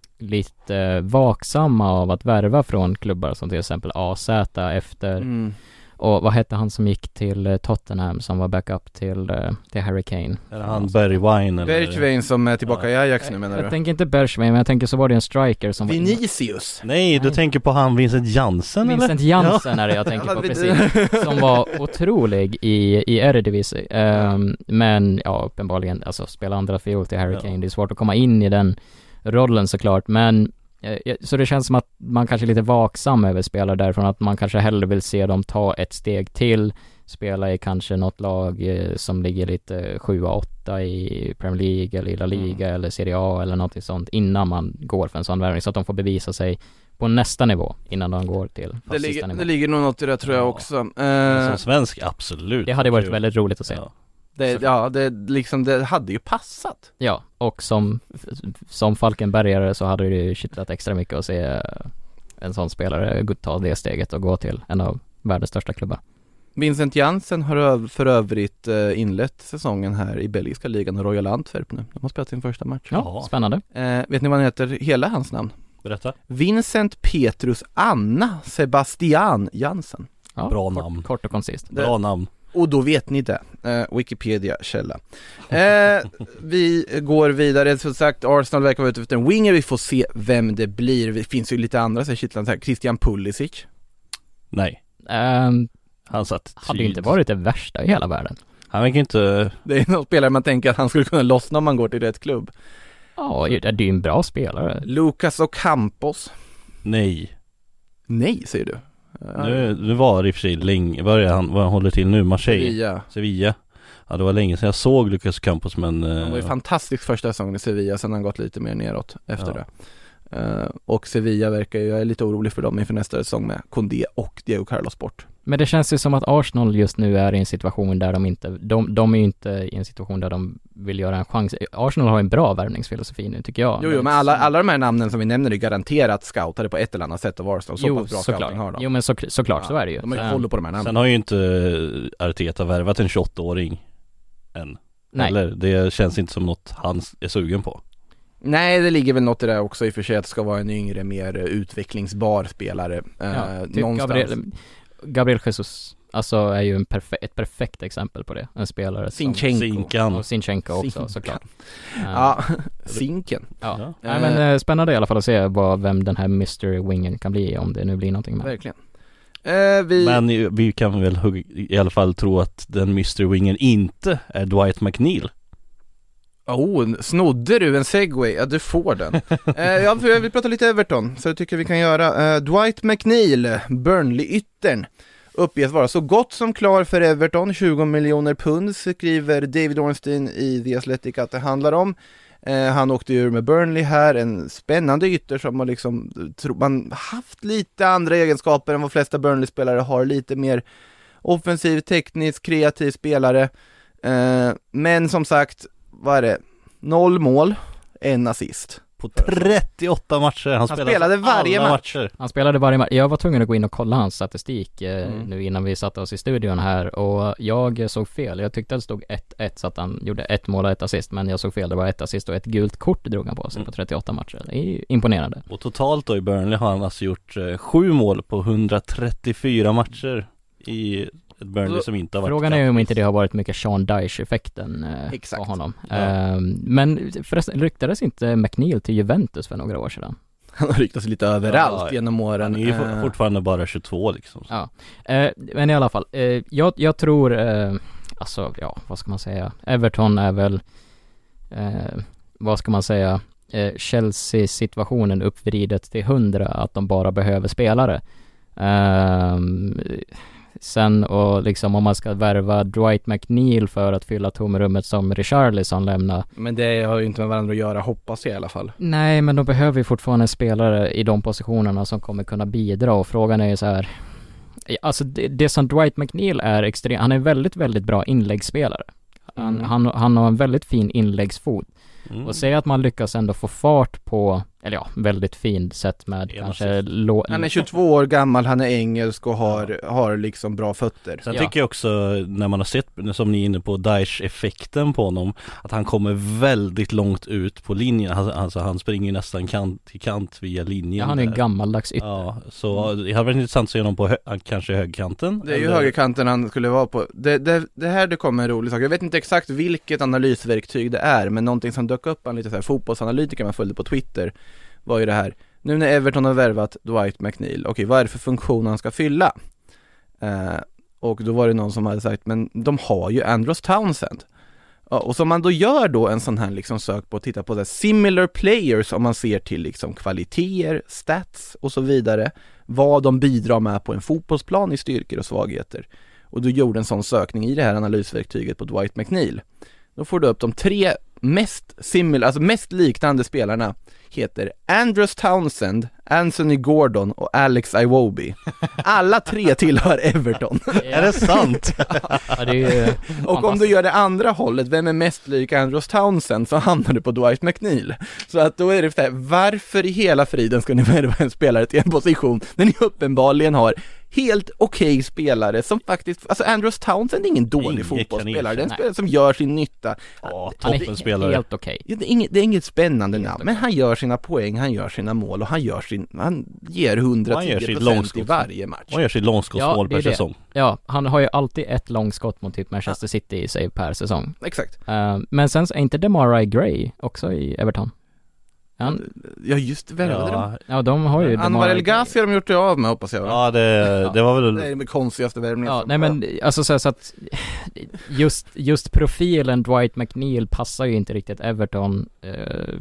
lite eh, vaksamma av att värva från klubbar som till exempel A Z efter... Mm. Och vad hette han som gick till Tottenham som var backup till, till Harry Kane? Är han Bergwijn? Bergwijn som är tillbaka ja. i Ajax nu menar jag, du? Jag tänker inte Bergwijn, men jag tänker så var det en striker som Vinicius? Var Nej, Nej, du tänker på han Vincent Janssen eller? Vincent Janssen ja. är det jag tänker på, precis. Som var otrolig i, i Eredivisie. Um, men ja, uppenbarligen, alltså spela andra fiol till Harry ja. Kane. Det är svårt att komma in i den rollen såklart, men så det känns som att man kanske är lite vaksam över spelare därifrån, att man kanske hellre vill se dem ta ett steg till, spela i kanske något lag eh, som ligger lite sju åtta i Premier League eller i La Liga mm. eller Serie A eller något sånt innan man går för en sån värvning, så att de får bevisa sig på nästa nivå innan de går till det ligger, det ligger nog något i det tror jag ja. också. Uh, som svensk, absolut. Det hade varit väldigt roligt att se. Ja. Det, ja, det, liksom, det hade ju passat. Ja, och som, som Falkenbergare så hade det ju kittlat extra mycket att se en sån spelare ta det steget och gå till en av världens största klubbar. Vincent Janssen har för övrigt inlett säsongen här i belgiska ligan och Royal Antwerp nu. De har spelat sin första match. Ja, Jaha. Spännande. Eh, vet ni vad han heter? Hela hans namn? Berätta. Vincent Petrus Anna Sebastian Janssen. Ja, bra kort, namn. Kort och koncist. Bra namn. Och då vet ni det. Eh, Wikipedia källa. Eh, vi går vidare. Som sagt, Arsenal verkar vara ute efter en winger. Vi får se vem det blir. Det finns ju lite andra, så Kittland här. Christian Pulisic. Nej. Um, han satt hade inte varit det värsta i hela världen. Han verkar inte... Det är någon spelare man tänker att han skulle kunna lossna om man går till rätt klubb. Ja, det är ju en bra spelare. Lucas Ocampos. Nej. Nej, säger du. Nu, nu var det i och för sig länge, vad är han, vad han håller till nu? Marseille? Sevilla. Sevilla. Ja, det var länge sedan jag såg Lucas Campos, men uh, han var ju fantastisk första säsongen i Sevilla, sen har han gått lite mer neråt efter ja. det. Uh, och Sevilla verkar ju, jag är lite orolig för dem inför nästa säsong med Condé och Diego Carlos bort. Men det känns ju som att Arsenal just nu är i en situation där de inte, de, de är ju inte i en situation där de vill göra en chans. Arsenal har en bra värvningsfilosofi nu, tycker jag. Jo, jo men alla, alla de här namnen som vi nämner är garanterat scoutade på ett eller annat sätt av Arsenal. Så jo, pass bra såklart. scouting har de. Jo, men så, såklart, ja, så är det ju. De har ju koll på de här namnen. Sen har ju inte Arteta värvat en tjugoåtta-åring än. Nej. Eller, det känns inte som något han är sugen på. Nej, det ligger väl något i det också i och för sig att det ska vara en yngre, mer utvecklingsbar spelare. Ja, eh, typ någonstans. Gabriel, Gabriel Jesus alltså är ju en perfe- ett perfekt exempel på det. En spelare Sinchenko. Sinkan. Och Sinchenko också, Sinkan. såklart. Ja, Sinken. Ja, Ja. Nej, men eh, spännande i alla fall att se vad, vem den här mister Wingen kan bli, om det nu blir någonting med. Verkligen. Eh, vi... Men vi kan väl hugg- i alla fall tro att den mister Wingen inte är Dwight McNeil. Oh, snodde du en segway? Ja, du får den. eh, ja, för vi pratar lite Everton, så det tycker jag vi kan göra. Eh, Dwight McNeil, Burnley-yttern, uppges vara så gott som klar för Everton. tjugo miljoner pund skriver David Ornstein i The Athletic att det handlar om. Eh, han åkte ur med Burnley här, en spännande ytter som har liksom, tro, man haft lite andra egenskaper än vad flesta Burnley-spelare har, lite mer offensiv, teknisk, kreativ spelare. Eh, men som sagt, vad är det? Noll mål, en assist. På trettioåtta matcher. Han, Han spelade, spelade varje match. matcher. Han spelade varje match. Jag var tvungen att gå in och kolla hans statistik eh, Mm. nu innan vi satte oss i studion här, och jag såg fel. Jag tyckte att det stod ett ett, så att han gjorde ett mål och ett assist, men jag såg fel. Det var ett assist och ett gult kort drog han på sig Mm. på trettioåtta matcher. Det är ju imponerande. Och totalt då i Burnley har han alltså gjort eh, sju mål på hundratrettiofyra matcher i ett Burnley som inte har varit. Frågan är ju om inte det har varit mycket Sean Dyche-effekten eh, Exakt. på honom. Ja. Eh, men förresten, ryktades inte McNeil till Juventus för några år sedan? Han har ryktats lite överallt Ja, genom åren. Han är ju for- Eh, fortfarande bara tjugotvå liksom. Ja, eh, men i alla fall, eh, jag, jag tror, eh, alltså ja, vad ska man säga? Everton är väl, eh, vad ska man säga, eh, Chelsea-situationen uppvridet till hundra, att de bara behöver spelare. Eh, sen och liksom om man ska värva Dwight McNeil för att fylla tomrummet som Richarlison lämnar. Men det har ju inte med varandra att göra, hoppas jag i alla fall. Nej, men de behöver ju fortfarande spelare i de positionerna som kommer kunna bidra, och frågan är ju så här, alltså det, det som Dwight McNeil är extremt, han är väldigt, väldigt bra inläggsspelare. Han, Mm. han, han har en väldigt fin inläggsfot. Mm. Och säga att man lyckas ändå få fart på, eller ja, väldigt fint sätt med En kanske assist. lå- Han är tjugotvå år gammal, han är engelsk och har, har liksom bra fötter. Sen Ja. tycker jag också, när man har sett, som ni är inne på, Daesh-effekten på honom, att han kommer väldigt långt ut på linjen. Alltså, alltså han springer nästan kant till kant via linjen. Ja, han är en där. gammaldags ytter. Ja, så det hade varit intressant att se honom på hö- kanske högkanten. Det är ju eller- högerkanten han skulle vara på. Det, det, det här det kommer en rolig sak. Jag vet inte exakt vilket analysverktyg det är, men någonting som dök upp, en lite så här fotbollsanalytiker man följde på Twitter, var ju det här. Nu när Everton har värvat Dwight McNeil, okej, vad är det för funktion han ska fylla? Eh, och då var det någon som hade sagt, men de har ju Andros Townsend. Ja, och som man då gör då en sån här liksom sök på att titta på så här similar players, om man ser till liksom kvaliteter, stats och så vidare, vad de bidrar med på en fotbollsplan i styrkor och svagheter. Och du gjorde en sån sökning i det här analysverktyget på Dwight McNeil. Då får du upp de tre mest similar, alltså mest liknande spelarna heter Andros Townsend, Anthony Gordon och Alex Iwobi. Alla tre tillhör Everton. Är det sant? Ja, det är ju Och om du gör det andra hållet, vem är mest lik Andros Townsend, så hamnar du på Dwight McNeil. Så att då är det så här, varför i hela friden ska ni värva en spelare till en position när ni uppenbarligen har helt okej spelare som faktiskt, alltså Andros Townsend är ingen dålig Inget fotbollsspelare, det är en Nej. spelare som gör sin nytta. Ja, han är toppenspelare. helt okej. Ja, det, är inget, det är inget spännande Helt namn, okej. men han gör sina poäng, han gör sina mål och han gör sin, han ger Han gör hundratio sitt procent i långskott. varje match. Han gör sitt långskottsmål Ja, det är per det. säsong. Ja, han har ju alltid ett långskott mot typ Manchester City i sig per säsong. Exakt. Uh, men sen så är inte Demarai Gray också i Everton? Han, Ja, just värvade de. Ja, ja, de har ju Anwar Demarai El Ghazi har de gjort det av med, hoppas jag. Va? ja det, det var väl... Det är den konstigaste värvningen. Ja, som- nej men alltså så, så att just, just profilen Dwight McNeil passar ju inte riktigt Everton. Eh,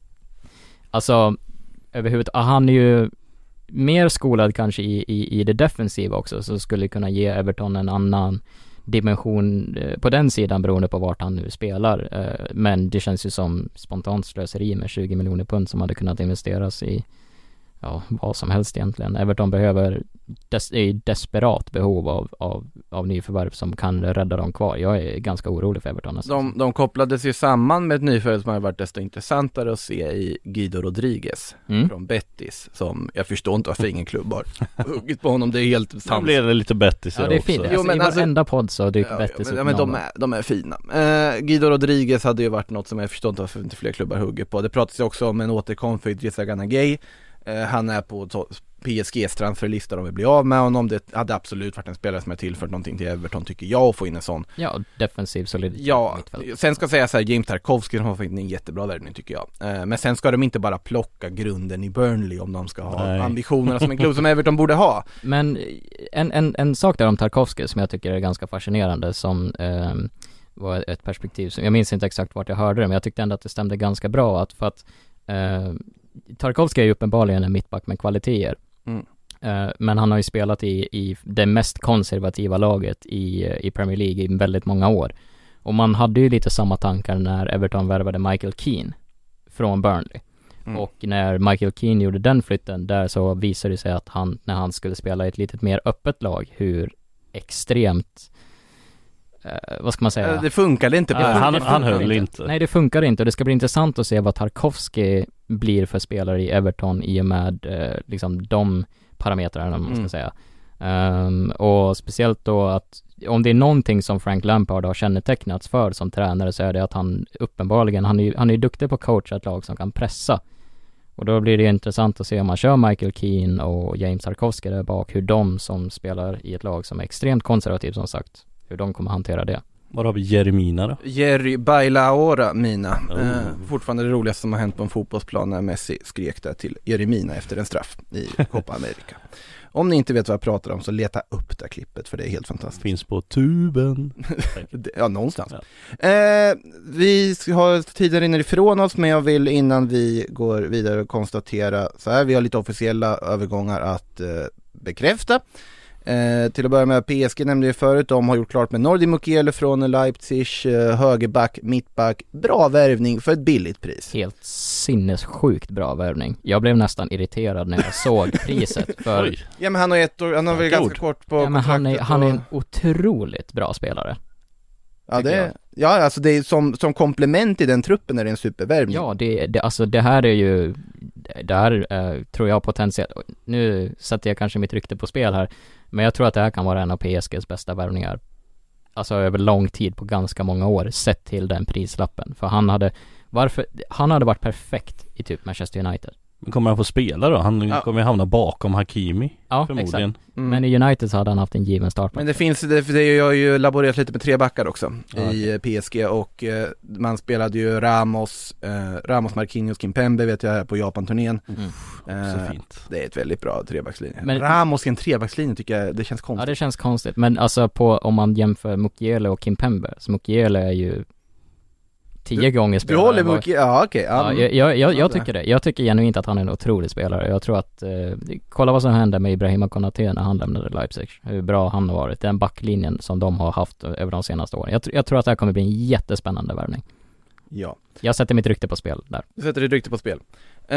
alltså överhuvudtaget, han är ju mer skolad kanske i, i, i det defensiva också, så skulle kunna ge Everton en annan dimension eh, på den sidan beroende på vart han nu spelar. Eh, men det känns ju som spontant slöseri med tjugo miljoner pund som hade kunnat investeras i ja, vad som helst egentligen. Everton behöver des- är i desperat behov av, av, av nyförvärv som kan rädda dem kvar. Jag är ganska orolig för Everton. De, de kopplades ju samman med ett nyförvärv som har varit desto intressantare att se i Guido Rodriguez mm. från Betis, som jag förstår inte varför ingen klubb har huggit på honom. Det är helt sant. Nu blir det lite Betis. Ja, det är fint. Alltså, jo, men i varenda alltså, podd så dyker ja, Betis ja, men, ja, men de, är, de är fina. Uh, Guido Rodriguez hade ju varit något som jag förstår inte varför inte fler klubbar hugger på. Det pratas ju också om en återkomst för Idrissa Gana Gueye. Uh, han är på to- P S G:s transferlista, de vill bli av med honom. Det hade absolut varit en spelare som har tillfört någonting till Everton, tycker jag, att få in en sån. Ja, defensiv soliditet. Ja, sen ska jag säga så här, James Tarkowski som har fått in en jättebra värvning, tycker jag. Uh, men sen ska de inte bara plocka grunden i Burnley om de ska ha Nej. ambitionerna som en klubb som Everton borde ha. Men en, en, en sak där om Tarkowski som jag tycker är ganska fascinerande, som uh, var ett perspektiv som, jag minns inte exakt vart jag hörde det, men jag tyckte ändå att det stämde ganska bra att för att uh, Tarkowski är ju uppenbarligen en mittback med kvaliteter. Mm. Uh, men han har ju spelat i, i det mest konservativa laget i, i Premier League i väldigt många år. Och man hade ju lite samma tankar när Everton värvade Michael Keane från Burnley. Mm. Och när Michael Keane gjorde den flytten där, så visade det sig att han, när han skulle spela i ett lite mer öppet lag, hur extremt Uh, vad ska man säga? Det funkade inte. Uh, han, han höll inte. inte. Nej, det funkar inte. Och det ska bli intressant att se vad Tarkowski blir för spelare i Everton i och med uh, liksom de parametrarna, man ska mm. säga. Um, och speciellt då att om det är någonting som Frank Lampard har kännetecknats för som tränare, så är det att han uppenbarligen, han är, han är duktig på att coacha ett lag som kan pressa. Och då blir det intressant att se om man kör Michael Keane och James Tarkowski där bak, hur de som spelar i ett lag som är extremt konservativt, som sagt, hur de kommer hantera det. Var har vi Jerry Mina då? Jerry Bailaora Mina. Oh. Eh, fortfarande det roligaste som har hänt på en fotbollsplan när Messi skrek där till Jerry Mina efter en straff i Copa America. Om ni inte vet vad jag pratar om, så leta upp det klippet, för det är helt fantastiskt. Finns på tuben. Ja, någonstans. Ja. Eh, vi har tidigare inne ifrån oss, men jag vill innan vi går vidare konstatera så här, vi har lite officiella övergångar att eh, bekräfta. Eh, till att börja med, P S G nämnde ju förut, de har gjort klart med Nordi Mukiele från Leipzig, eh, högerback, mittback, bra värvning för ett billigt pris. Helt sinnessjukt bra värvning. Jag blev nästan irriterad när jag såg priset för... Ja, men han har ett år, han har väl ganska ord. kort på ja, men han är, och... han är en otroligt bra spelare. Ja, det, ja, alltså det är som, som komplement i den truppen är det en supervärvning. Ja, det, det, alltså det här är ju, det här eh, tror jag potentiellt, nu sätter jag kanske mitt rykte på spel här, men jag tror att det här kan vara en av P S G:s bästa värvningar. Alltså över lång tid, på ganska många år, sett till den prislappen. För han hade, varför, han hade varit perfekt i typ Manchester United. Men kommer han få spela då? Han ja. kommer ju hamna bakom Hakimi, ja, förmodligen. Exakt. Mm. Men i United så hade han haft en given start. Men det finns, det, det jag har ju laborerat lite med tre backar också ja, i okay. P S G, och eh, man spelade ju Ramos, eh, Ramos, Marquinhos, Kimpembe vet jag på Japan-turnén. Mm. Eh, så fint. Det är ett väldigt bra trebackslinje. Men Ramos i en trebackslinje tycker jag, det känns konstigt. Ja, det känns konstigt. Men alltså på, om man jämför Mukiele och Kimpembe, så Mukiele är ju tio du, gånger spelare. Du håller mycket, ja okej. Okay, ja, jag, jag, jag, jag tycker det. Jag tycker genuint att han är en otrolig spelare. Jag tror att, eh, kolla vad som hände med Ibrahima Konaté när han lämnade Leipzig. Hur bra han har varit. Den backlinjen som de har haft över de senaste åren. Jag, jag tror att det här kommer bli en jättespännande värvning. Ja. Jag sätter mitt rykte på spel där. Du sätter ditt rykte på spel. Eh,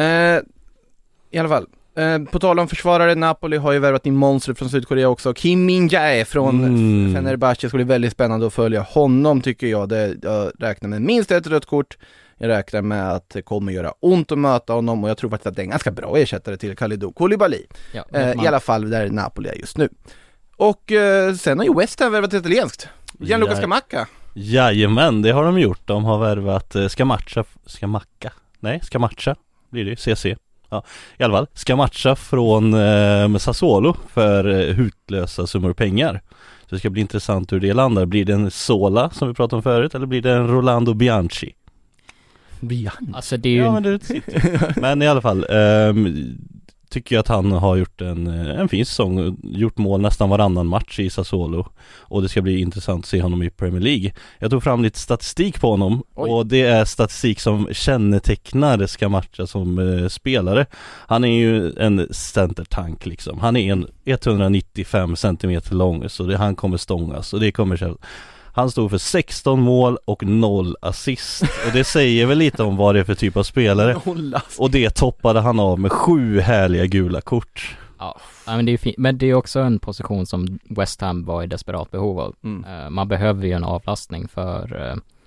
I alla fall. Eh, på tal om försvarare, Napoli har ju värvat in monstret från Sydkorea också. Kim Min-jae från mm. Fenerbahce. Skulle bli väldigt spännande att följa honom, tycker jag. Det, jag räknar med minst ett rött kort. Jag räknar med att det kommer göra ont att möta honom, och jag tror faktiskt att det är en ganska bra ersättare till Kalidou Koulibaly. Ja, eh, I alla fall där Napoli är just nu. Och eh, sen har ju West Ham värvat italienskt. Gianluca ja. Scamacca. Jajamän, det har de gjort. De har värvat eh, Scamacca. Scamacca? Nej, Scamacca blir det, C C. Ja, i alla fall, Scamacca från eh, Sassuolo för eh, hutlösa summor pengar. Så det ska bli intressant hur det landar. Blir det en Sola som vi pratade om förut, eller blir det en Rolando Bianchi? Bianchi? Alltså det är ju... Ja, men, det men i alla fall, eh, tycker att han har gjort en, en fin säsong, gjort mål nästan varannan match i Sassuolo, och det ska bli intressant att se honom i Premier League. Jag tog fram lite statistik på honom. Oj. Och det är statistik som kännetecknar Scamacca som eh, spelare. Han är ju en centertank liksom. Han är en etthundranittiofem centimeter lång, så det, han kommer stångas, och det kommer. Han stod för sexton mål och noll assist. Och det säger väl lite om vad det är för typ av spelare. Och det toppade han av med sju härliga gula kort. Ja, men det är ju fint. Men det är också en position som West Ham var i desperat behov av. Mm. Uh, man behöver ju en avlastning för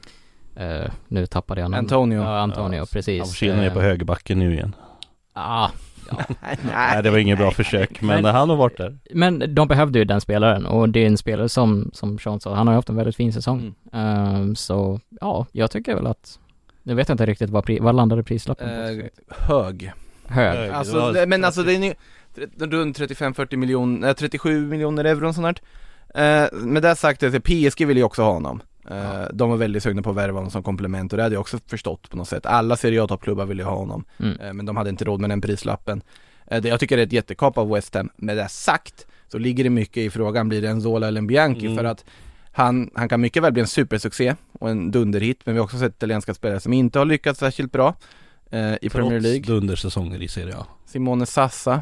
uh, uh, nu tappade jag någon. Antonio. Ja, Antonio, ja, precis. Han försvinner ner på högerbacken nu igen. Ah, ja. Nej, det var ingen bra försök, men, men han har varit där. Men de behövde ju den spelaren, och det är en spelare som, som Sean sa, han har haft en väldigt fin säsong. Mm. Um, så ja, jag tycker väl att, nu vet jag inte riktigt vad, pri, vad landade prislappen uh, på. Hög. Hög. Hög. Alltså, det, men alltså det är runt trettiofem fyrtio miljoner, trettiosju miljoner euro och sånt där. Uh, med det sagt, att P S G vill ju också ha honom. Uh, ja. De var väldigt sugna på att värva honom som komplement, och det hade jag också förstått på något sätt. Alla Serie A-toppklubbar ville ha honom, mm. uh, men de hade inte råd med den prislappen. uh, Det jag tycker är ett jättekap av West Ham. Med det sagt så ligger det mycket i frågan, blir det en Zola eller en Bianchi? Mm. För att han, han kan mycket väl bli en supersuccé och en dunderhit, men vi har också sett italienska spelare som inte har lyckats särskilt bra uh, i Trots Premier League. dundersäsonger i Serie A. Simone Sassa.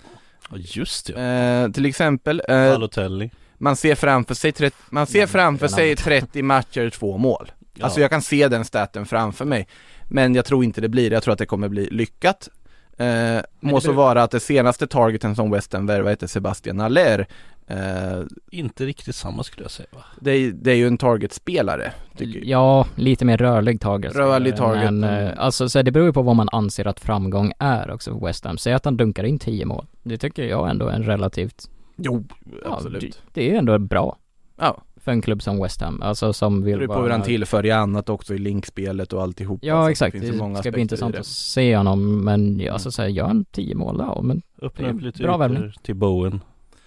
Ja, just det. Uh, till exempel uh, Balotelli. Man ser framför sig trettio, man ser framför sig trettio matcher, två mål. Ja. Alltså jag kan se den staten framför mig. Men jag tror inte det blir. Jag tror att det kommer bli lyckat. Eh, må så vara att det senaste targeten som West Ham värvar heter Sebastian Haller. Eh, inte riktigt samma skulle jag säga, va? Det är, det är ju en targetspelare, tycker jag. Ja, lite mer rörlig target. Rörlig target. Men mm. alltså, så det beror ju på vad man anser att framgång är också för West Ham. Säg att han dunkar in tio mål. Det tycker jag ändå är en relativt... Jo, ja, absolut. Det, det är ändå bra. Ja. För en klubb som West Ham. Alltså som vill det är på hur han tillför i annat också, i linkspelet och alltihop. Ja, alltså, exakt. Det, det ska bli intressant att se honom. Men ja, alltså, så här, gör han tio mål, ja, men öppna upp lite bra värvning till Bowen.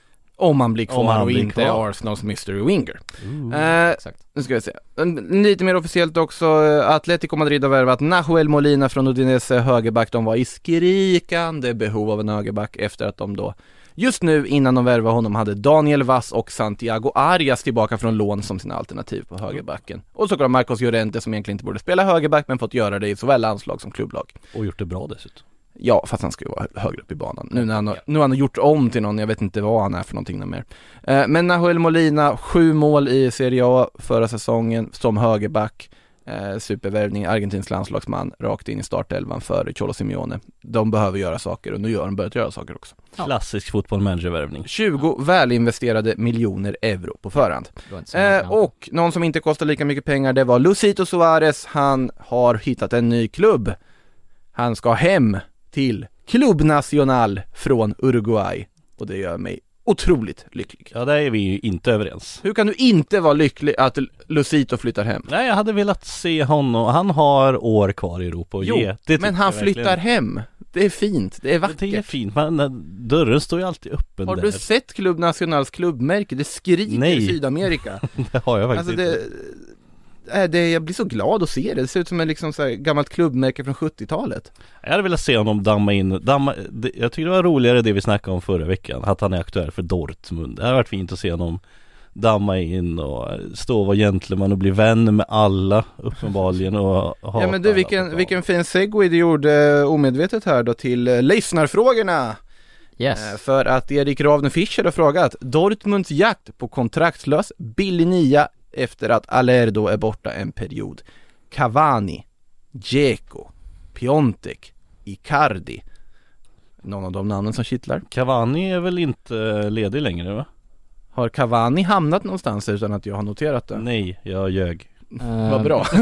Om man blir kvar man och blir inte kvar. är Arsenals mystery winger. Uh, eh, exakt. Nu ska vi se. Lite mer officiellt också. Atletico Madrid har värvat Nahuel Molina från Udinese, högerback. De var i skrikande behov av en högerback efter att de då just nu innan de värvade honom hade Daniel Vass och Santiago Arias tillbaka från lån som sina alternativ på högerbacken. Och så kom Marcos Llorente som egentligen inte borde spela högerback men fått göra det i såväl landslag som klubblag. Och gjort det bra dessutom. Ja, fast han ska ju vara högre upp i banan. Nu när han har, nu har han gjort om till någon, jag vet inte vad han är för någonting mer. Eh, men Nahuel Molina, sju mål i Serie A förra säsongen som högerback. Eh, supervärvning, argentinsk landslagsman, rakt in i startelvan för Cholo Simeone. De behöver göra saker och nu gör de börjat göra saker också. Ja. Klassisk fotbollmanagervärvning. tjugo välinvesterade miljoner euro på förhand. Eh, och någon som inte kostar lika mycket pengar, det var Lucito Suarez. Han har hittat en ny klubb. Han ska hem till Club Nacional från Uruguay. Och det gör mig otroligt lycklig. Ja, där är vi ju inte överens. Hur kan du inte vara lycklig att Lucito flyttar hem? Nej, jag hade velat se honom. Han har år kvar i Europa och jo, ge. Det men han flyttar verkligen. hem. Det är fint, det är vackert. Det är fint, men dörren står ju alltid öppen. Har där. du sett Club Nacionals klubbmärke? Det skriker Nej. i Sydamerika. Det har jag faktiskt alltså det, inte. Det, jag blir så glad att se det. Det ser ut som ett liksom så här gammalt klubbmärke från sjuttiotalet. Jag hade velat se honom damma in damma, det, jag tycker det var roligare det vi snackade om förra veckan, att han är aktuell för Dortmund. Det hade varit fint att se honom damma in och stå och vara gentleman och bli vän med alla uppenbarligen och ha. Ja, men du, vilken, vilken fin segway du gjorde omedvetet här då till uh, lyssnarfrågorna. Yes. Uh, för att Erik Ravne Fischer har frågat Dortmunds jakt på kontraktslös billig nia efter att Alerdo är borta en period. Cavani, Dzeko, Piontek, Icardi. Någon av de namnen som kittlar. Cavani är väl inte ledig längre, va? Har Cavani hamnat någonstans utan att jag har noterat det? Nej, jag ljög. Uh, Vad bra.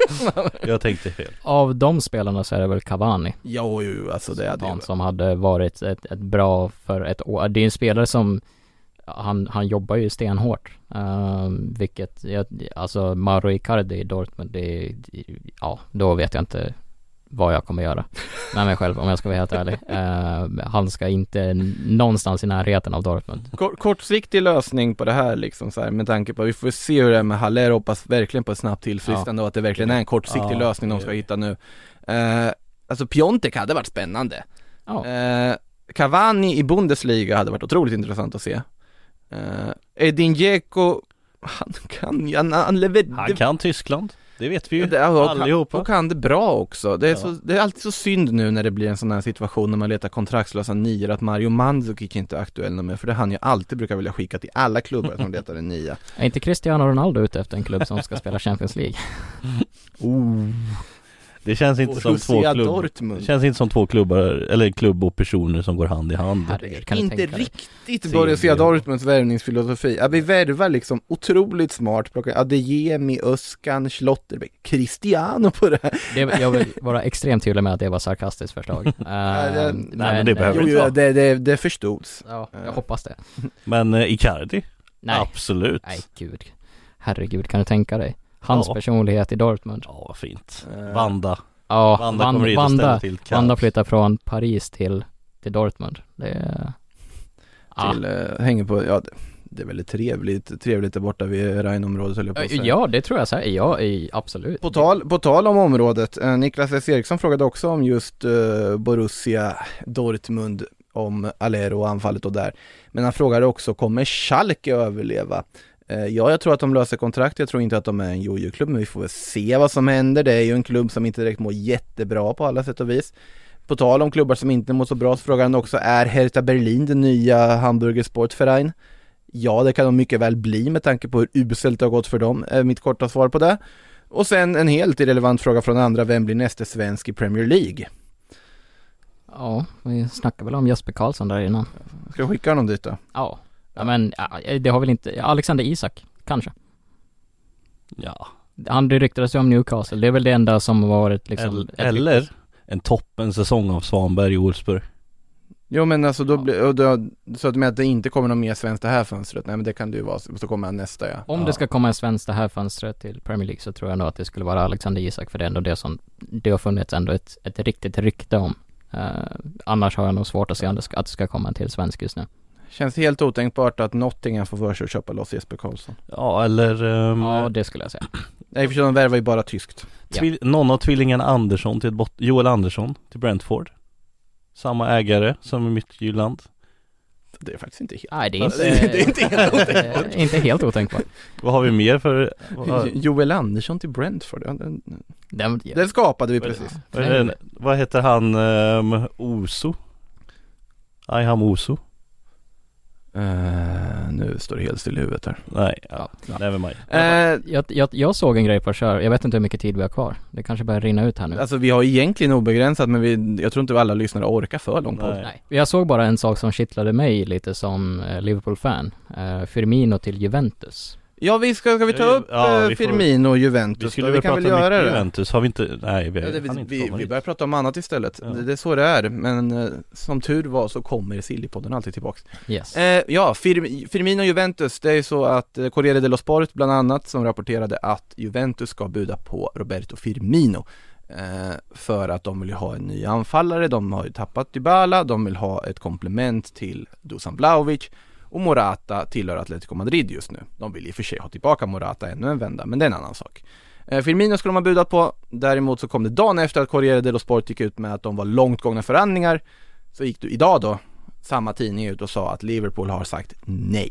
Jag tänkte fel. Av de spelarna så är det väl Cavani. Jo, jo, alltså det är det. Som hade varit ett, ett bra för ett år. Det är en spelare som han, han jobbar ju stenhårt. Uh, vilket, alltså Mauro Icardi i Dortmund, det, ja, då vet jag inte vad jag kommer göra med mig själv om jag ska vara helt ärlig. Uh, han ska inte någonstans i närheten av Dortmund. Kort, kortsiktig lösning på det här liksom så här, med tanke på, vi får se hur det är med Haller, hoppas verkligen på ett snabbt tillfrisknande ja. Och att det verkligen är en kortsiktig ja, lösning de ska hitta nu. Uh, alltså Piontek hade varit spännande. Ja. Uh, Cavani i Bundesliga hade varit otroligt intressant att se. Uh, Edin Dzeko, han kan han, han, lever, Han det, kan Tyskland, det vet vi ju det, och, allihopa. och kan det bra också. Det är, Ja. så, det är alltid så synd nu när det blir en sån här situation när man letar kontraktslösa nior att Mario Mandzukic inte är aktuell med, för det han ju alltid brukar vilja skicka till alla klubbar som letar en nia. Är inte Cristiano Ronaldo ute efter en klubb som ska spela Champions League? Oh. Det känns inte som två klubbar. Det känns inte som två klubbar eller klubb och personer som går hand i hand. Herregud, kan Inte tänka dig? riktigt Borussia Dortmunds värvningsfilosofi. Ja, vi värvar liksom otroligt smart. Plockar Adeyemi, Özcan, Schlotterbeck, Cristiano på det här. Det, jag vill vara extremt tydlig med att det var sarkastiskt förslag. Uh, det- men, men det behöver Jo, inte jo, vara. det, det, det förstods. Ja, jag hoppas det. Men eh, Icardi? Nej. Absolut. Nej, gud. Herregud, kan du tänka dig? Hans Ja. personlighet i Dortmund. Ja, vad fint. Eh. Vanda. Ja, Vanda Van, kommer hit och ställer Vanda, till kaos. Vanda flyttar från Paris till, till Dortmund. Det är... Ja. Till, eh, hänger på, ja, det, det är väldigt trevligt, trevligt där borta vid Rheinområdet, höll jag på att säga. Ja, det tror jag så här. Ja, i, absolut. På tal, på tal om området, eh, Niklas S. Eriksson frågade också om just eh, Borussia Dortmund, om Alero och anfallet och där. Men han frågade också, kommer Schalke överleva? Eh, ja, jag tror att de löser kontrakt. Jag tror inte att de är en jojo-klubb, men vi får väl se vad som händer. Det är ju en klubb som inte direkt mår jättebra på alla sätt och vis. På tal om klubbar som inte mår så bra så frågar han också, är Hertha Berlin den nya Hamburger Sportverein? Ja, det kan de mycket väl bli med tanke på hur uselt det har gått för dem, är mitt korta svar på det. Och sen en helt irrelevant fråga från andra, vem blir nästa svensk i Premier League? Ja, vi snackar väl om Jesper Karlsson där innan. Ska jag skicka honom dit då? Ja, ja men ja, det har väl inte, Alexander Isak, kanske. Ja. Han ryktades ju om Newcastle, det är väl det enda som har varit liksom... Eller, ett- eller en toppen säsong av Svanberg i Wolfsburg. Jo, men alltså då Ja. blir, och då, så att med att det inte kommer någon mer svensk det här fönstret, nej men det kan det ju vara, så kommer han nästa, ja. Om ja. det ska komma en svensk det här fönstret till Premier League så tror jag nog att det skulle vara Alexander Isak, för det är ändå det som det har funnits ändå ett, ett riktigt rykte om. Uh, annars har jag nog svårt att se att det ska, att det ska komma en till svensk just nu. Känns helt otänkbart att Nottingham får för sig att köpa loss Jesper Karlsson. Ja, eller um, Ja, det skulle jag säga. Nej, för de värvar ju bara tyskt. tvill- någon av tvillingarna Andersson till bot- Joel Andersson till Brentford. Samma ägare som i Midtjylland. Det är faktiskt inte helt... Nej, det är inte, Det är- det är inte helt otänkbart. eh, inte helt otänkbart. Vad har vi mer för... Vad, Joel Andersson till Brentford, ja, den, Den, den skapade vi precis. vad, är det- vad heter han? Um, Oso? Ayham Oso? Uh, nu står det helt still i huvudet här. Nej, ja, never mind. Uh, jag, jag, jag såg en grej på kör. Jag vet inte hur mycket tid vi har kvar. Det kanske börjar rinna ut här nu. Alltså vi har egentligen obegränsat, men vi, jag tror inte alla lyssnare orkar för långt på. Nej. Nej. Jag såg bara en sak som kittlade mig lite som eh, Liverpool-fan. Eh, Firmino till Juventus. Ja, vi ska, ska vi ta Ja, upp ja, eh, vi får- Firmino och Juventus Vi skulle då? väl Vi kan prata väl göra mycket det. Juventus, har vi inte... Nej, vi, Ja, det, kan inte vi, komma vi dit. börjar prata om annat istället. Ja. Det, det är så det är, men eh, som tur var så kommer Sillypodden alltid tillbaks. Yes. Eh, ja, Fir- Firmino och Juventus, det är så att eh, Corriere dello Sport bland annat som rapporterade att Juventus ska buda på Roberto Firmino eh, för att de vill ju ha en ny anfallare. De har ju tappat Dybala, de vill ha ett komplement till Dusan Vlahovic, och Morata tillhör Atletico Madrid just nu. De vill i och för sig ha tillbaka Morata ännu en vända, men det är en annan sak. Eh, Firmino skulle de ha budat på. Däremot så kom det dagen efter att Corriere dello Sport gick ut med att de var långt gångna förhandlingar, så gick du idag då samma tidning ut och sa att Liverpool har sagt nej.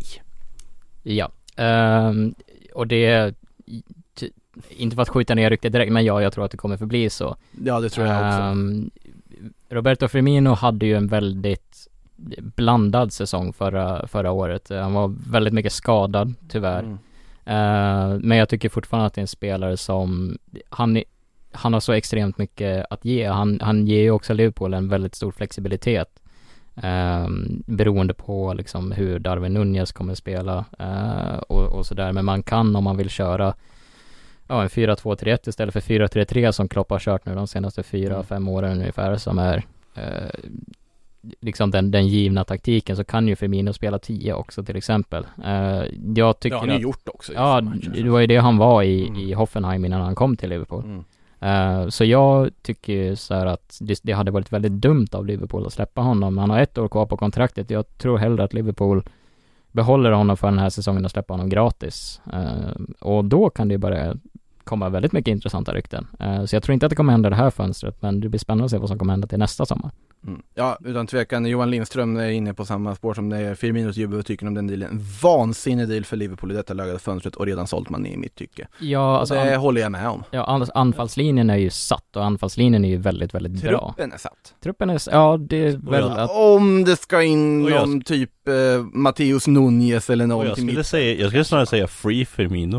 Ja. Ehm, och det är t- inte för att skjuta ner ryktet direkt, men ja, jag tror att det kommer förbli så. Ja, det tror jag också. Ehm, Roberto Firmino hade ju en väldigt blandad säsong förra, förra året. Han var väldigt mycket skadad, tyvärr. Mm. Uh, men jag tycker fortfarande att det är en spelare som han, han har så extremt mycket att ge. Han, han ger ju också Liverpool en väldigt stor flexibilitet uh, beroende på liksom hur Darwin Nunez kommer spela uh, och, och sådär. Men man kan, om man vill köra ja, en fyra två tre ett istället för fyra tre tre som Klopp har kört nu de senaste fyra fem åren ungefär, som är uh, liksom den, den givna taktiken, så kan ju Firmino spela tio också till exempel. Uh, jag tycker Det har han ju att, gjort också. i ja, matchen. det var ju det han var i, Mm. i Hoffenheim innan han kom till Liverpool. Mm. Uh, så jag tycker ju så här att det, det hade varit väldigt dumt av Liverpool att släppa honom. Han har ett år kvar på kontraktet. Jag tror hellre att Liverpool behåller honom för den här säsongen och släpper honom gratis. Uh, och då kan det börja komma väldigt mycket intressanta rykten. Uh, så jag tror inte att det kommer hända det här fönstret, men det blir spännande att se vad som kommer hända till nästa sommar. Mm. Ja, utan tvekan. Johan Lindström är inne på samma spår som det är. Firminos jubel och tycker om den dealen. Vansinnig deal för Liverpool i detta läget fönstret och redan sålt man i mitt tycke. Ja, alltså, det an- håller jag med om. Ja, anfallslinjen är ju satt och anfallslinjen är ju väldigt, väldigt Truppen bra. Truppen är satt. Truppen är, ja det är väl ja. att... Om det ska in jag... någon typ eh, Matteus Nunez eller någon jag till skulle mitt. säga, jag skulle snarare säga Free Firmino.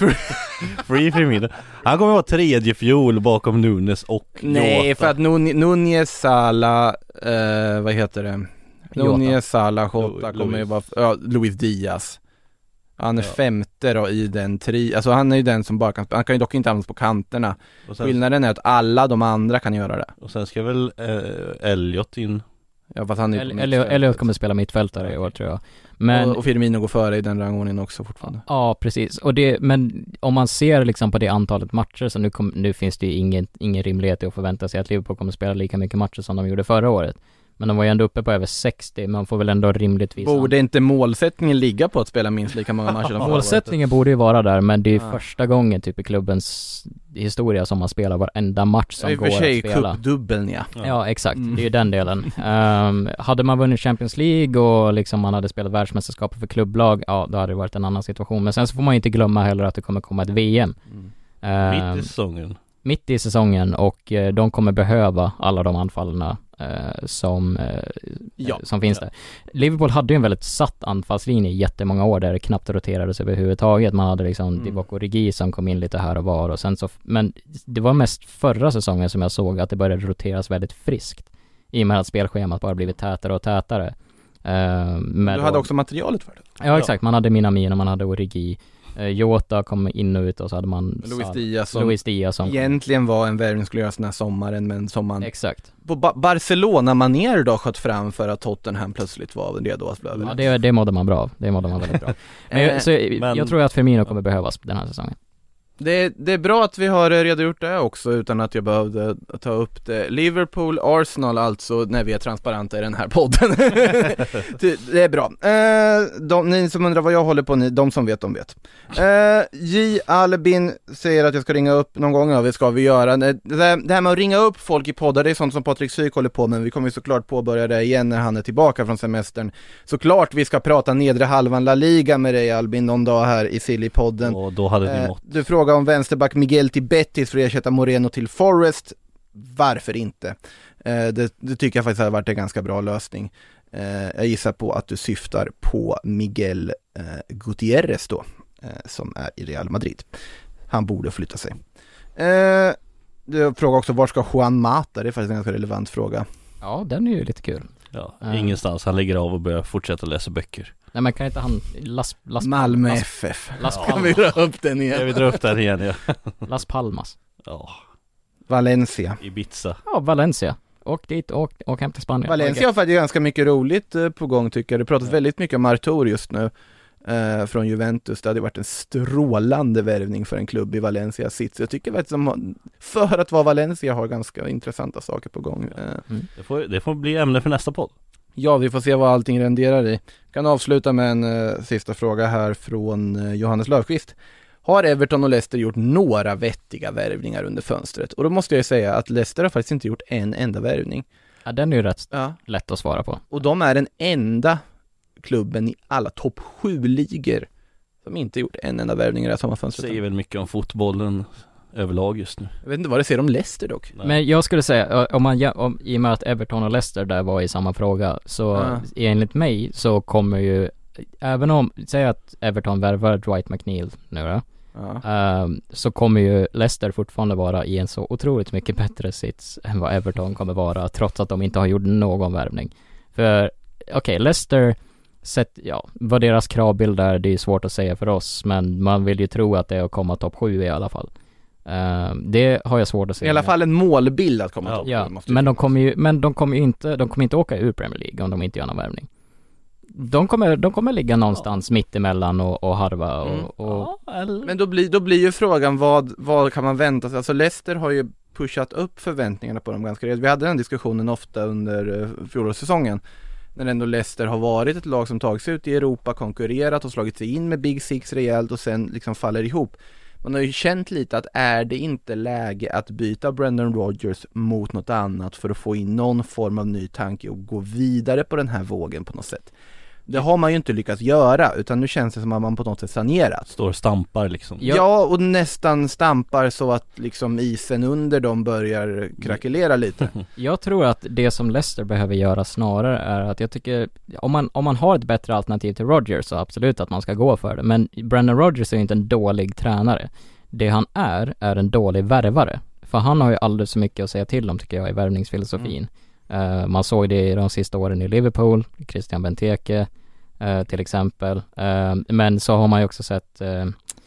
Free Firmino. Han kommer vara tredje fjol bakom Nunes och Nej, Jota. för att Nun- Nunez, Salah, eh, vad heter det? Nunez, Salah, Jota Lu- kommer ju Luis. vara, ja, Luis Diaz. Han är Ja. femte då i den tri, alltså han är ju den som bara kan, han kan ju dock inte användas på kanterna. Och sen, Skillnaden är att alla de andra kan göra det. och sen ska väl eh, Elliot in. Ja, fast han är Eller, på eller, mittfältet. eller kommer spela mittfältare i år tror jag. Men och, och Firmino går före i den rangordningen också fortfarande. ja, precis. Och det, men om man ser liksom på det antalet matcher så nu, kom, nu finns det ju ingen, ingen rimlighet i att förvänta sig att Liverpool kommer spela lika mycket matcher som de gjorde förra året. Men de var ju ändå uppe på över sextio, man får väl ändå rimligtvis... Borde inte målsättningen ligga på att spela minst lika många matcher som förra året? Målsättningen borde ju vara där, men det är ju Ja. första gången typ i klubbens historia som man spelar varenda match som Ja, i och går för sig att spela. cupdubbeln, ja. Ja, exakt. Mm. Det är ju den delen. Um, hade man vunnit Champions League och liksom man hade spelat världsmästerskapet för klubblag, ja, då hade det varit en annan situation. Men sen så får man ju inte glömma heller att det kommer komma ett V M. Mm. Um, Mitt i säsongen. mitt i säsongen och eh, de kommer behöva alla de anfallarna eh, som, eh, Ja. som finns där. Liverpool hade ju en väldigt satt anfallslinje i jättemånga år där det knappt roterades överhuvudtaget. Man hade liksom Mm. Divock Origi som kom in lite här och var och sen så, men det var mest förra säsongen som jag såg att det började roteras väldigt friskt i och med att spelschemat bara blivit tätare och tätare. Eh, med Du hade då- också materialet för det. Ja, exakt, man hade Minamino, man hade Origi, eh, Jota kom in och ut och så hade man Luis Sal- Diaz som Luis Diaz som egentligen var en värvning skulle göras den här sommaren, men som man exakt. på ba- Barcelona-manér då sköt fram för att Tottenham plötsligt var redo att bli över. Ja, det, det mådde man bra av. Det mådde man väldigt bra. Men, jag, så, Men- jag tror att Firmino kommer behövas den här säsongen. Det, det är bra att vi har redogjort det också utan att jag behövde ta upp det. Liverpool, Arsenal alltså, när vi är transparenta i den här podden. Det är bra. Eh, de, ni som undrar vad jag håller på, ni, de som vet, de vet. Eh, J. Albin säger att jag ska ringa upp någon gång, ja, det ska vi göra. Det, det här med att ringa upp folk i poddar, det är sånt som Patrik Syk håller på med, men vi kommer ju såklart påbörja det igen när han är tillbaka från semestern. Såklart vi ska prata nedre halvan La Liga med dig Albin någon dag här i Silly-podden. Och då hade ni Eh, mått. du frågar om vänsterback Miguel till Betis för att ersätta Moreno till Forest. Varför inte? Eh, det, det tycker jag faktiskt har varit en ganska bra lösning. Eh, jag gissar på att du syftar på Miguel eh, Gutierrez då, eh, som är i Real Madrid. Han borde flytta sig. Eh, du frågar också, var ska Juan Mata? Det är faktiskt en ganska relevant fråga. Ja, den är ju lite kul. Ja, Eh. ingenstans. Han lägger av och börjar fortsätta läsa böcker. Nej, men kan inte han Las, Las, Malmö Las, F F. Las Kan vi Palmas. dra upp den Jag igen? vill dra upp den igen, ja. Las Palmas. Ja, Valencia. Ibiza. Ja, Valencia. Åk dit, åk, åk hem till Spanien. Valencia har faktiskt ganska mycket roligt eh, på gång tycker jag. Det pratas Ja. väldigt mycket om Artur just nu eh, från Juventus. Det hade varit en strålande värvning för en klubb i Valencia City. Jag tycker faktiskt som för att vara Valencia har ganska intressanta saker på gång. Eh, Det får, det får bli ämne för nästa podd. ja, vi får se vad allting renderar i. Kan avsluta med en eh, sista fråga här från eh, Johannes Löfqvist. Har Everton och Leicester gjort några vettiga värvningar under fönstret? Och då måste jag säga att Leicester har faktiskt inte gjort en enda värvning. Ja, den är ju rätt Ja. lätt att svara på. Och de är den enda klubben i alla topp sju ligor som inte gjort en enda värvning i det här sommarfönstret. Säger väl mycket om fotbollen överlag just nu. Jag vet inte vad det säger om Leicester dock. Nej. Men jag skulle säga, om man, jä- om, i och med att Everton och Leicester där var i samma fråga, så Ja. enligt mig så kommer ju, även om, säg att Everton värvar Dwight McNeil nu då, Ja. ehm, så kommer ju Leicester fortfarande vara i en så otroligt mycket bättre sits än vad Everton kommer vara, trots att de inte har gjort någon värvning. För, okej, okay, Leicester sett, ja, vad deras kravbild är, det är svårt att säga för oss, men man vill ju tro att det är att komma topp sju i alla fall. Ehm, det har jag svårt att se. I alla fall en målbild att komma Ja, topp sju, Ja, måste men de finnas. kommer ju, men de kommer ju inte, de kommer inte åka ur Premier League om de inte gör någon värvning. De kommer, de kommer ligga någonstans mitt emellan och, och harva och, Mm. och Men då blir, då blir ju frågan vad, vad kan man vänta sig? Alltså Leicester har ju pushat upp förväntningarna på dem ganska rejält. Vi hade den diskussionen ofta under uh, fjolårssäsongen. När ändå Leicester har varit ett lag som tagit sig ut i Europa, konkurrerat och slagit sig in med Big Six rejält och sen liksom faller ihop. man har ju känt lite att är det inte läge att byta Brendan Rodgers mot något annat för att få in någon form av ny tanke och gå vidare på den här vågen på något sätt. Det har man ju inte lyckats göra, utan nu känns det som att man på något sätt sanerat. Står och stampar liksom. Ja, ja, och nästan stampar så att liksom isen under dem börjar krackelera lite. Jag tror att det som Leicester behöver göra snarare är att jag tycker, om man, om man har ett bättre alternativ till Rodgers så absolut att man ska gå för det. Men Brendan Rodgers är inte en dålig tränare. Det han är, är en dålig värvare. För han har ju alldeles så mycket att säga till om tycker jag i värvningsfilosofin. Mm. Uh, man såg det i de sista åren i Liverpool, Christian Benteke uh, till exempel. Uh, men så har man ju också sett uh,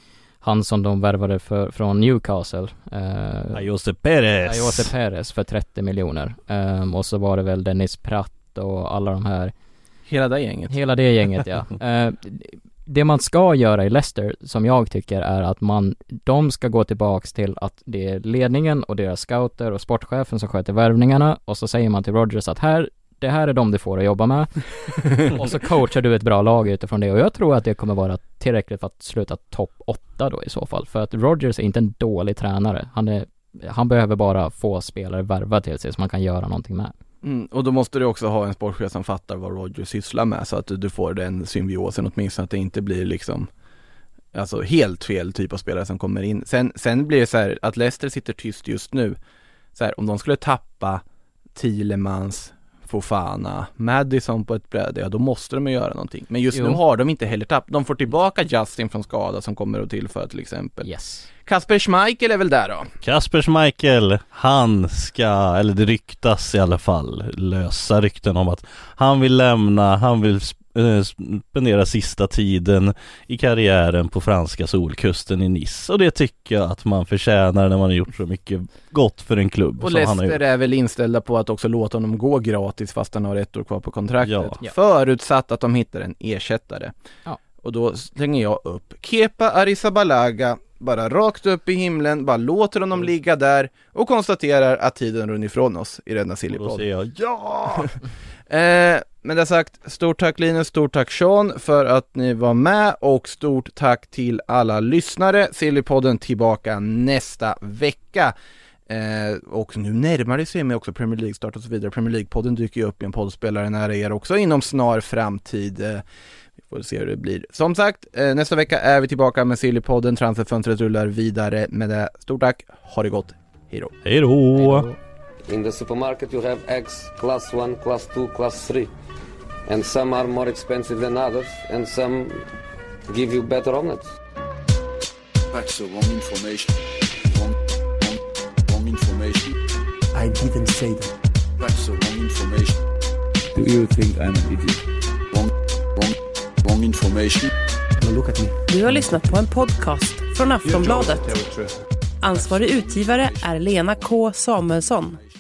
han som de värvade för, från Newcastle. Uh, Ayose Perez. Ayose Perez för trettio miljoner. Um, och så var det väl Dennis Pratt och alla de här. Hela det gänget. Hela det gänget, ja. Uh, det man ska göra i Leicester, som jag tycker, är att man, de ska gå tillbaks till att det är ledningen och deras scouter och sportchefen som sköter värvningarna, och så säger man till Rodgers att här, det här är de du får att jobba med. Och så coachar du ett bra lag utifrån det, och jag tror att det kommer vara tillräckligt för att sluta topp åtta då i så fall, för att Rodgers är inte en dålig tränare. Han är, han behöver bara få spelare värva till sig så man kan göra någonting med. Mm, och då måste du också ha en sportchef som fattar vad Rodgers sysslar med, så att du får den symbiosen åtminstone, att det inte blir liksom alltså helt fel typ av spelare som kommer in. Sen, sen blir det så här att Leicester sitter tyst just nu. Så här, om de skulle tappa Thielemans, Fofana, Maddison på ett bräde, ja då måste de ju göra någonting. Men just jo. nu har de inte heller tappat. De får tillbaka Justin från skada som kommer att tillföra till exempel. Yes. Kasper Schmeichel är väl där då? Kasper Schmeichel, han ska, eller det ryktas i alla fall, lösa rykten om att han vill lämna, han vill spendera sista tiden i karriären på franska solkusten i Nice, och det tycker jag att man förtjänar när man har gjort så mycket gott för en klubb. Och som han har Leicester gjort. är väl inställda på att också låta honom gå gratis fast han har ett år kvar på kontraktet. Ja. Förutsatt att de hittar en ersättare. Ja. Och då slänger jag upp Kepa Arrizabalaga bara rakt upp i himlen, bara låter honom mm. ligga där och konstaterar att tiden runnit ifrån oss i Rädda Sillypodd. Då säger jag ja! eh, men det sagt, stort tack Linus, stort tack Sean för att ni var med, och stort tack till alla lyssnare. Sillypodden tillbaka nästa vecka. Eh, och nu närmar det sig med också Premier League start och så vidare. Premier League-podden dyker ju upp i en poddspelare nära er också inom snar framtid. Eh, vi får se hur det blir. Som sagt, eh, nästa vecka är vi tillbaka med Sillypodden. Transferfönstret rullar vidare med det. Stort tack, ha det gott. Hej då. Hej då. In the supermarket you have eggs class one, class two, class three. And some are more expensive than others, and some give you better omelets. That's the wrong information. Wrong, wrong, wrong information. I didn't say that. That's the wrong information. Do you think I'm an idiot? Wrong, wrong, wrong information. Now look at me. Du har lyssnat på en podcast från Aftonbladet. Ansvarig utgivare är Lena K. Samuelsson.